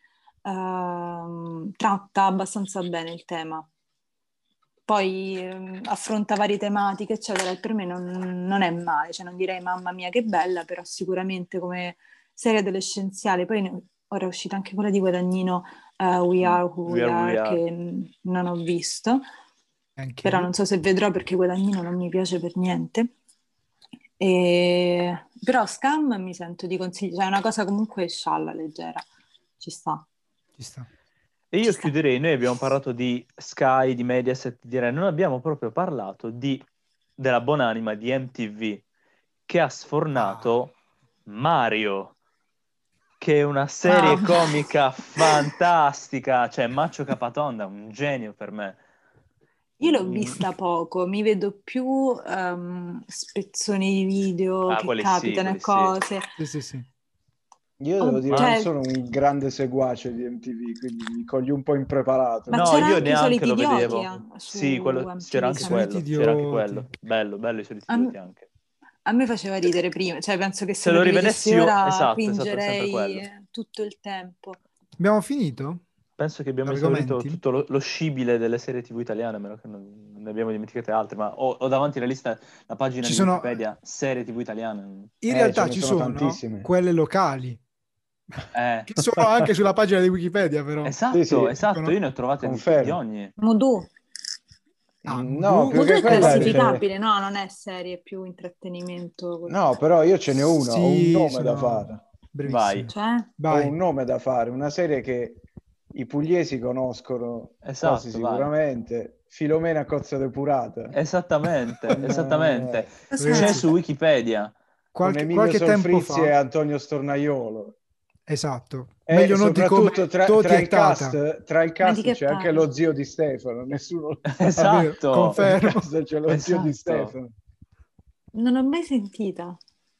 [SPEAKER 2] tratta abbastanza bene il tema. Poi affronta varie tematiche, eccetera, e per me non è male. Cioè, non direi mamma mia che bella, però sicuramente come serie adolescenziale. Poi ora è uscita anche quella di Guadagnino, We Are Who We Are, che non ho visto.
[SPEAKER 1] Anche
[SPEAKER 2] Però
[SPEAKER 1] io.
[SPEAKER 2] non so se vedrò perché Guadagnino non mi piace per niente. Però Scam mi sento di consigliare, cioè è una cosa comunque scialla, leggera, ci sta.
[SPEAKER 1] Ci sta.
[SPEAKER 3] E io
[SPEAKER 2] Ci sta.
[SPEAKER 3] chiuderei, noi abbiamo parlato di Sky, di Mediaset, di Rai, non abbiamo proprio parlato della buonanima di MTV, che ha sfornato Mario, che è una serie comica fantastica, cioè Maccio Capatonda, un genio per me.
[SPEAKER 2] Io l'ho vista poco, mi vedo più spezzoni di video che
[SPEAKER 3] quelli
[SPEAKER 2] capitano e
[SPEAKER 3] sì.
[SPEAKER 2] cose.
[SPEAKER 1] Sì.
[SPEAKER 4] Io devo dire,
[SPEAKER 2] Cioè,
[SPEAKER 4] non sono un grande seguace di MTV, quindi mi cogli un po' impreparato.
[SPEAKER 2] ma
[SPEAKER 3] No,
[SPEAKER 2] c'era
[SPEAKER 3] io
[SPEAKER 2] anche i
[SPEAKER 3] neanche
[SPEAKER 2] soliti
[SPEAKER 3] lo
[SPEAKER 2] idioti
[SPEAKER 3] vedevo.
[SPEAKER 2] su
[SPEAKER 3] Sì,
[SPEAKER 2] MTV,
[SPEAKER 3] c'era anche
[SPEAKER 1] I soliti
[SPEAKER 3] quello,
[SPEAKER 1] idioti.
[SPEAKER 3] c'era anche quello. Bello, i soliti idioti anche.
[SPEAKER 2] A me faceva ridere prima, cioè penso che se
[SPEAKER 3] Se
[SPEAKER 2] lo
[SPEAKER 3] lo
[SPEAKER 2] rivedessi
[SPEAKER 3] rivedessi io,
[SPEAKER 2] ora
[SPEAKER 3] esatto, è sempre quello.
[SPEAKER 2] cringerei tutto il tempo.
[SPEAKER 1] Abbiamo finito?
[SPEAKER 3] Penso che abbiamo esaurito
[SPEAKER 1] Argomenti?
[SPEAKER 3] tutto lo scibile delle serie TV italiane, a meno che non ne abbiamo dimenticate altre, ma ho davanti la lista, la pagina
[SPEAKER 1] Ci
[SPEAKER 3] di
[SPEAKER 1] sono...
[SPEAKER 3] Wikipedia, serie TV italiane.
[SPEAKER 1] In
[SPEAKER 4] Ce
[SPEAKER 1] realtà
[SPEAKER 4] ne
[SPEAKER 1] ci
[SPEAKER 4] sono
[SPEAKER 1] sono
[SPEAKER 4] tantissime.
[SPEAKER 1] quelle locali,
[SPEAKER 3] Eh,
[SPEAKER 1] che sono anche sulla pagina di Wikipedia, però.
[SPEAKER 3] esatto,
[SPEAKER 4] Sì,
[SPEAKER 3] esatto, io ne ho trovate di
[SPEAKER 4] confermo.
[SPEAKER 3] ogni.
[SPEAKER 2] Moodoo.
[SPEAKER 1] Ah,
[SPEAKER 4] No, più
[SPEAKER 2] Moodoo
[SPEAKER 4] che
[SPEAKER 2] è
[SPEAKER 4] quella
[SPEAKER 2] classificabile, no, non è serie, è più intrattenimento.
[SPEAKER 4] No, però io ce n'è una, ho un
[SPEAKER 1] sì,
[SPEAKER 4] nome da
[SPEAKER 1] sono
[SPEAKER 4] fare.
[SPEAKER 1] brevissime.
[SPEAKER 3] Vai.
[SPEAKER 2] Cioè?
[SPEAKER 4] Ho
[SPEAKER 1] Vai.
[SPEAKER 4] un nome da fare, una serie che i pugliesi conoscono quasi
[SPEAKER 3] Esatto, vai.
[SPEAKER 4] sicuramente, Filomena Cozza Depurata.
[SPEAKER 3] Esattamente, esattamente.
[SPEAKER 2] Cos'è?
[SPEAKER 3] C'è
[SPEAKER 1] Ragazzi,
[SPEAKER 3] su Wikipedia.
[SPEAKER 4] Con Emilio
[SPEAKER 1] qualche tempo
[SPEAKER 4] Solfrizzi e
[SPEAKER 1] fa,
[SPEAKER 4] Antonio Stornaiolo.
[SPEAKER 1] esatto,
[SPEAKER 4] E
[SPEAKER 1] meglio noti come
[SPEAKER 4] soprattutto
[SPEAKER 1] Toti e Tata.
[SPEAKER 4] tra il
[SPEAKER 2] Ma di
[SPEAKER 4] cast
[SPEAKER 2] che
[SPEAKER 4] c'è anche
[SPEAKER 2] parli?
[SPEAKER 4] lo zio di Stefano, nessuno lo sa.
[SPEAKER 1] Ah, vero,
[SPEAKER 3] Esatto.
[SPEAKER 1] confermo.
[SPEAKER 4] Nel cast c'è lo zio di
[SPEAKER 3] Esatto.
[SPEAKER 4] Stefano.
[SPEAKER 2] Non l'ho mai sentita.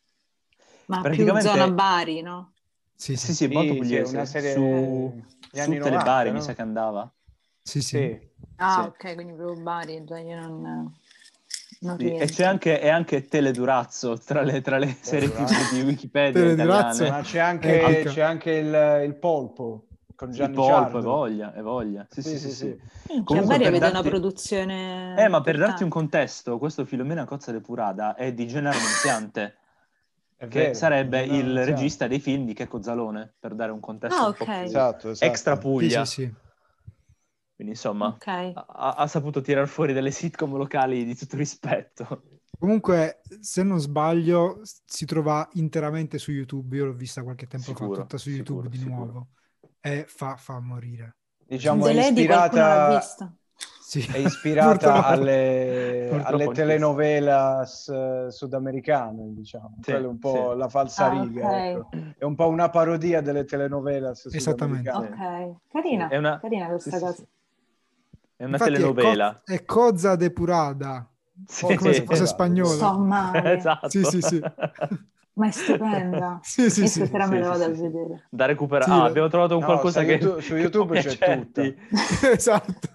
[SPEAKER 2] Ma più
[SPEAKER 3] Praticamente-
[SPEAKER 2] zona Bari, no?
[SPEAKER 1] Sì,
[SPEAKER 3] Sì,
[SPEAKER 1] sì,
[SPEAKER 3] sì, molto
[SPEAKER 4] Sì, sì, è
[SPEAKER 3] pugliese.
[SPEAKER 4] una serie
[SPEAKER 3] Su
[SPEAKER 4] degli anni
[SPEAKER 3] Telebari
[SPEAKER 4] 90,
[SPEAKER 3] mi
[SPEAKER 4] no?
[SPEAKER 3] sa che andava.
[SPEAKER 1] sì, sì.
[SPEAKER 4] Sì.
[SPEAKER 2] Ah,
[SPEAKER 3] Sì.
[SPEAKER 2] ok, quindi proprio Bari, già io non
[SPEAKER 3] Sì, e
[SPEAKER 2] rientro.
[SPEAKER 3] c'è anche Teledurazzo tra le serie TV di Wikipedia
[SPEAKER 1] Teledurazzo.
[SPEAKER 3] italiane.
[SPEAKER 4] Ma c'è
[SPEAKER 1] Epica.
[SPEAKER 4] anche il Polpo con
[SPEAKER 3] Il
[SPEAKER 4] Gianni
[SPEAKER 3] polpo,
[SPEAKER 4] Ciardo.
[SPEAKER 3] è voglia. Sì, sì, sì, sì.
[SPEAKER 2] Minchia,
[SPEAKER 3] Comunque
[SPEAKER 2] Bari
[SPEAKER 3] per
[SPEAKER 2] avete una
[SPEAKER 3] darti...
[SPEAKER 2] produzione
[SPEAKER 3] ma per darti un
[SPEAKER 2] importante.
[SPEAKER 3] contesto, questo Filomena Cozza Depurata è di Gennaro Nunziante,
[SPEAKER 4] È
[SPEAKER 3] che
[SPEAKER 4] vero,
[SPEAKER 3] sarebbe
[SPEAKER 4] Gennaro
[SPEAKER 3] il
[SPEAKER 4] Nunziante.
[SPEAKER 3] regista dei film di Checco Zalone, per dare un contesto
[SPEAKER 2] Ah,
[SPEAKER 3] un po'
[SPEAKER 2] ok.
[SPEAKER 3] più
[SPEAKER 4] Esatto.
[SPEAKER 3] extra
[SPEAKER 1] Sì,
[SPEAKER 3] Puglia.
[SPEAKER 1] sì, sì.
[SPEAKER 3] Quindi insomma
[SPEAKER 2] Ok.
[SPEAKER 3] ha saputo tirar fuori delle sitcom locali di tutto rispetto.
[SPEAKER 1] Comunque, se non sbaglio, si trova interamente su YouTube. Io l'ho vista qualche tempo fa,
[SPEAKER 3] Sicuro,
[SPEAKER 1] tutta su YouTube
[SPEAKER 3] sicuro,
[SPEAKER 1] di
[SPEAKER 3] sicuro.
[SPEAKER 1] nuovo. E fa morire.
[SPEAKER 4] Diciamo
[SPEAKER 2] The Lady qualcuno l'ha vista?
[SPEAKER 1] Sì.
[SPEAKER 4] è ispirata
[SPEAKER 1] Purtroppo.
[SPEAKER 4] alle
[SPEAKER 3] Purtroppo anch'io.
[SPEAKER 4] telenovelas sudamericane, diciamo.
[SPEAKER 3] Sì,
[SPEAKER 4] Quella è un po'
[SPEAKER 3] sì.
[SPEAKER 4] la falsariga,
[SPEAKER 2] ok.
[SPEAKER 4] ecco. È un po' una parodia delle telenovelas
[SPEAKER 1] Esattamente.
[SPEAKER 4] sudamericane.
[SPEAKER 2] Ok, carina,
[SPEAKER 3] Sì, è una...
[SPEAKER 2] carina
[SPEAKER 3] sì,
[SPEAKER 2] questa
[SPEAKER 3] sì,
[SPEAKER 2] cosa.
[SPEAKER 3] sì. È una
[SPEAKER 1] Infatti
[SPEAKER 3] telenovela.
[SPEAKER 1] è Cozza Depurada,
[SPEAKER 3] Sì,
[SPEAKER 1] come se
[SPEAKER 4] Depurata,
[SPEAKER 1] fosse
[SPEAKER 4] esatto.
[SPEAKER 1] spagnola.
[SPEAKER 2] Sto male,
[SPEAKER 3] esatto.
[SPEAKER 1] Sì, sì, sì.
[SPEAKER 2] ma è stupenda.
[SPEAKER 1] Sì, sì,
[SPEAKER 2] Io
[SPEAKER 1] sì.
[SPEAKER 2] stasera me
[SPEAKER 3] Sì,
[SPEAKER 2] la
[SPEAKER 3] sì,
[SPEAKER 2] vado
[SPEAKER 3] sì,
[SPEAKER 2] a
[SPEAKER 3] sì.
[SPEAKER 2] vedere.
[SPEAKER 3] Da recuperare.
[SPEAKER 1] Sì,
[SPEAKER 3] Abbiamo trovato un
[SPEAKER 4] No,
[SPEAKER 3] qualcosa
[SPEAKER 4] su
[SPEAKER 3] che
[SPEAKER 4] YouTube
[SPEAKER 3] non mi
[SPEAKER 4] c'è
[SPEAKER 3] accetti.
[SPEAKER 4] tutta.
[SPEAKER 1] Esatto.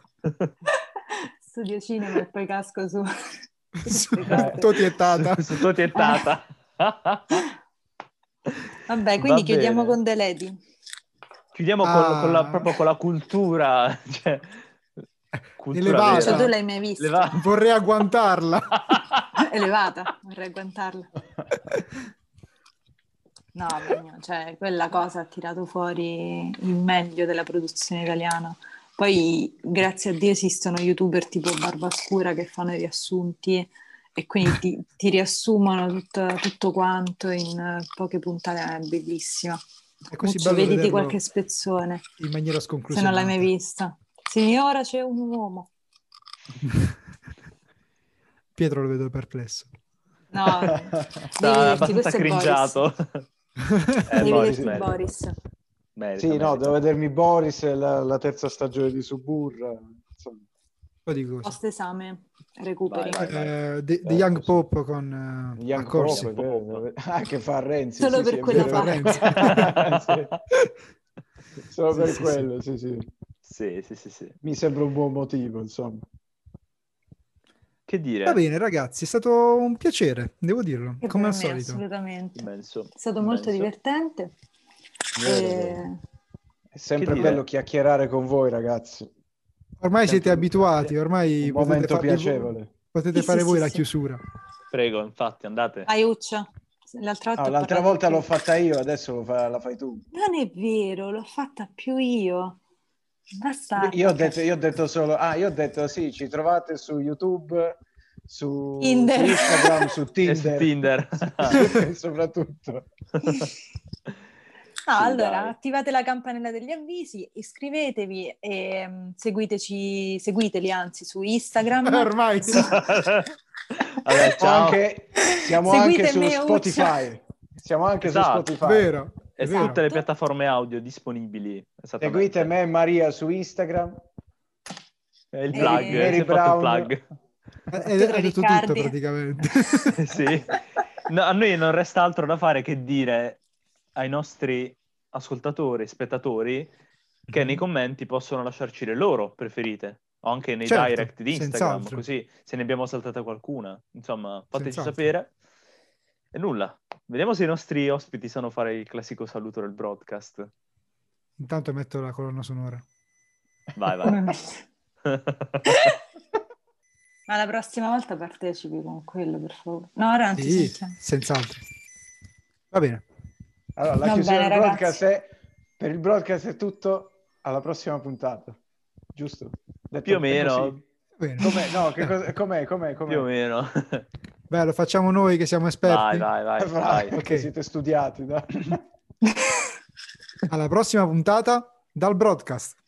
[SPEAKER 2] Studio cinema e poi casco su
[SPEAKER 1] Su
[SPEAKER 2] queste cose.
[SPEAKER 1] Toti e Tata.
[SPEAKER 3] Su Toti e Tata.
[SPEAKER 2] Vabbè,
[SPEAKER 3] Va
[SPEAKER 2] quindi chiudiamo
[SPEAKER 3] bene.
[SPEAKER 2] con The Lady.
[SPEAKER 3] Chiudiamo proprio con la cultura, cioè, cultura
[SPEAKER 1] Elevata.
[SPEAKER 2] Cioè, tu
[SPEAKER 3] vera.
[SPEAKER 2] l'hai mai vista?
[SPEAKER 1] Vorrei agguantarla.
[SPEAKER 2] Elevata, vorrei agguantarla. No, Migno, cioè quella cosa ha tirato fuori il meglio della produzione italiana. Poi, grazie a Dio, esistono youtuber tipo Barbascura che fanno i riassunti e quindi ti riassumono tutto quanto in poche puntate, è bellissima.
[SPEAKER 1] È così
[SPEAKER 2] Muccio,
[SPEAKER 1] bello
[SPEAKER 2] vediti
[SPEAKER 1] vederlo
[SPEAKER 2] qualche spezzone,
[SPEAKER 1] in maniera
[SPEAKER 2] se non l'hai mai
[SPEAKER 1] sconclusionata.
[SPEAKER 2] vista. Signora, c'è un uomo.
[SPEAKER 1] Pietro lo vedo perplesso.
[SPEAKER 2] No,
[SPEAKER 3] Sta
[SPEAKER 2] devi vederti,
[SPEAKER 3] abbastanza
[SPEAKER 2] questo è Boris.
[SPEAKER 3] cringiato.
[SPEAKER 2] Devi
[SPEAKER 3] Boris
[SPEAKER 2] vederti
[SPEAKER 3] merita.
[SPEAKER 2] Boris.
[SPEAKER 3] Merita,
[SPEAKER 4] Sì, no,
[SPEAKER 3] merita.
[SPEAKER 4] devo vedermi Boris e la terza stagione di Suburra. Insomma.
[SPEAKER 1] Poi di cose.
[SPEAKER 2] Post esame, recuperi.
[SPEAKER 3] Vai.
[SPEAKER 1] The Young
[SPEAKER 4] Sì.
[SPEAKER 1] Pope con
[SPEAKER 4] Young
[SPEAKER 1] Accorsi.
[SPEAKER 4] Pope, è vero. Che fa Renzi,
[SPEAKER 2] Solo
[SPEAKER 4] sì,
[SPEAKER 2] per
[SPEAKER 4] è
[SPEAKER 2] quella
[SPEAKER 4] vero.
[SPEAKER 1] Renzi.
[SPEAKER 4] Sì. Solo
[SPEAKER 3] Sì,
[SPEAKER 4] per
[SPEAKER 3] sì,
[SPEAKER 4] quello, sì.
[SPEAKER 3] Sì.
[SPEAKER 4] Mi sembra un buon motivo, insomma.
[SPEAKER 3] Che dire?
[SPEAKER 1] Va bene, ragazzi, è stato un piacere, devo dirlo,
[SPEAKER 2] Che
[SPEAKER 1] come
[SPEAKER 2] per
[SPEAKER 1] al
[SPEAKER 2] me,
[SPEAKER 1] solito.
[SPEAKER 2] assolutamente.
[SPEAKER 3] Immenso.
[SPEAKER 2] È stato molto divertente.
[SPEAKER 4] Vero. È sempre
[SPEAKER 3] Che dire?
[SPEAKER 4] bello chiacchierare con voi, ragazzi.
[SPEAKER 1] Ormai siete
[SPEAKER 3] Sempre
[SPEAKER 1] abituati,
[SPEAKER 3] grazie.
[SPEAKER 1] ormai
[SPEAKER 4] Un momento piacevole.
[SPEAKER 1] potete
[SPEAKER 2] Sì,
[SPEAKER 1] fare
[SPEAKER 2] sì,
[SPEAKER 1] voi
[SPEAKER 2] sì,
[SPEAKER 1] la
[SPEAKER 2] sì.
[SPEAKER 1] chiusura.
[SPEAKER 3] Prego, infatti, andate.
[SPEAKER 2] Vai, Uccia. L'altra volta ho
[SPEAKER 4] L'altra
[SPEAKER 2] parlato
[SPEAKER 4] volta
[SPEAKER 2] più.
[SPEAKER 4] l'ho fatta io, adesso la fai tu.
[SPEAKER 2] Non è vero, l'ho fatta più io. Basta.
[SPEAKER 4] Io ho
[SPEAKER 2] Ok.
[SPEAKER 4] detto solo, io ho detto sì, ci trovate su YouTube, su
[SPEAKER 2] Tinder.
[SPEAKER 4] Instagram, su
[SPEAKER 3] E su
[SPEAKER 4] Tinder,
[SPEAKER 3] Tinder.
[SPEAKER 4] soprattutto.
[SPEAKER 2] No,
[SPEAKER 3] Sì,
[SPEAKER 2] allora,
[SPEAKER 3] dai.
[SPEAKER 2] attivate la campanella degli avvisi, iscrivetevi e seguiteli anzi su Instagram.
[SPEAKER 1] Ormai.
[SPEAKER 3] Vabbè, ciao.
[SPEAKER 4] Siamo anche
[SPEAKER 2] Seguite
[SPEAKER 4] su
[SPEAKER 2] me, Uccia.
[SPEAKER 4] Spotify. Siamo anche su
[SPEAKER 3] Esatto.
[SPEAKER 4] Spotify.
[SPEAKER 1] Vero, è
[SPEAKER 3] E
[SPEAKER 1] vero.
[SPEAKER 3] tutte le piattaforme audio disponibili. Esattamente.
[SPEAKER 4] Seguite me e Maria su Instagram.
[SPEAKER 3] Il plug,
[SPEAKER 4] Mary
[SPEAKER 3] si è fatto il
[SPEAKER 4] Brown.
[SPEAKER 3] plug.
[SPEAKER 2] Pietro
[SPEAKER 1] Ha detto tutto
[SPEAKER 2] Riccardi.
[SPEAKER 1] praticamente.
[SPEAKER 3] Sì. No, a noi non resta altro da fare che dire ai nostri ascoltatori, spettatori, che nei commenti possono lasciarci le loro preferite, o anche nei
[SPEAKER 1] Certo,
[SPEAKER 3] direct di Instagram,
[SPEAKER 1] senz'altro.
[SPEAKER 3] così se ne abbiamo saltata qualcuna. Insomma, fateci
[SPEAKER 1] Senz'altro.
[SPEAKER 3] sapere. E nulla, vediamo se i nostri ospiti sanno fare il classico saluto del broadcast.
[SPEAKER 1] Intanto metto la colonna sonora.
[SPEAKER 3] Vai, vai.
[SPEAKER 2] Ma la prossima volta partecipi con quello, per favore. No, ora non ti
[SPEAKER 1] Sì,
[SPEAKER 2] sentiamo.
[SPEAKER 1] senz'altro. Va bene.
[SPEAKER 4] Allora, la
[SPEAKER 2] Va
[SPEAKER 4] chiusura
[SPEAKER 2] bene,
[SPEAKER 4] del
[SPEAKER 2] ragazzi.
[SPEAKER 4] broadcast è... Per il broadcast è tutto, alla prossima puntata. Giusto? Detto
[SPEAKER 3] Più o meno.
[SPEAKER 4] così.
[SPEAKER 1] Va bene.
[SPEAKER 4] Com'è? No, che cosa... Com'è?
[SPEAKER 3] Più o meno.
[SPEAKER 1] Beh, lo facciamo noi che siamo esperti.
[SPEAKER 3] Vai.
[SPEAKER 4] Ok. Siete studiati, dai.
[SPEAKER 1] Alla prossima puntata dal broadcast.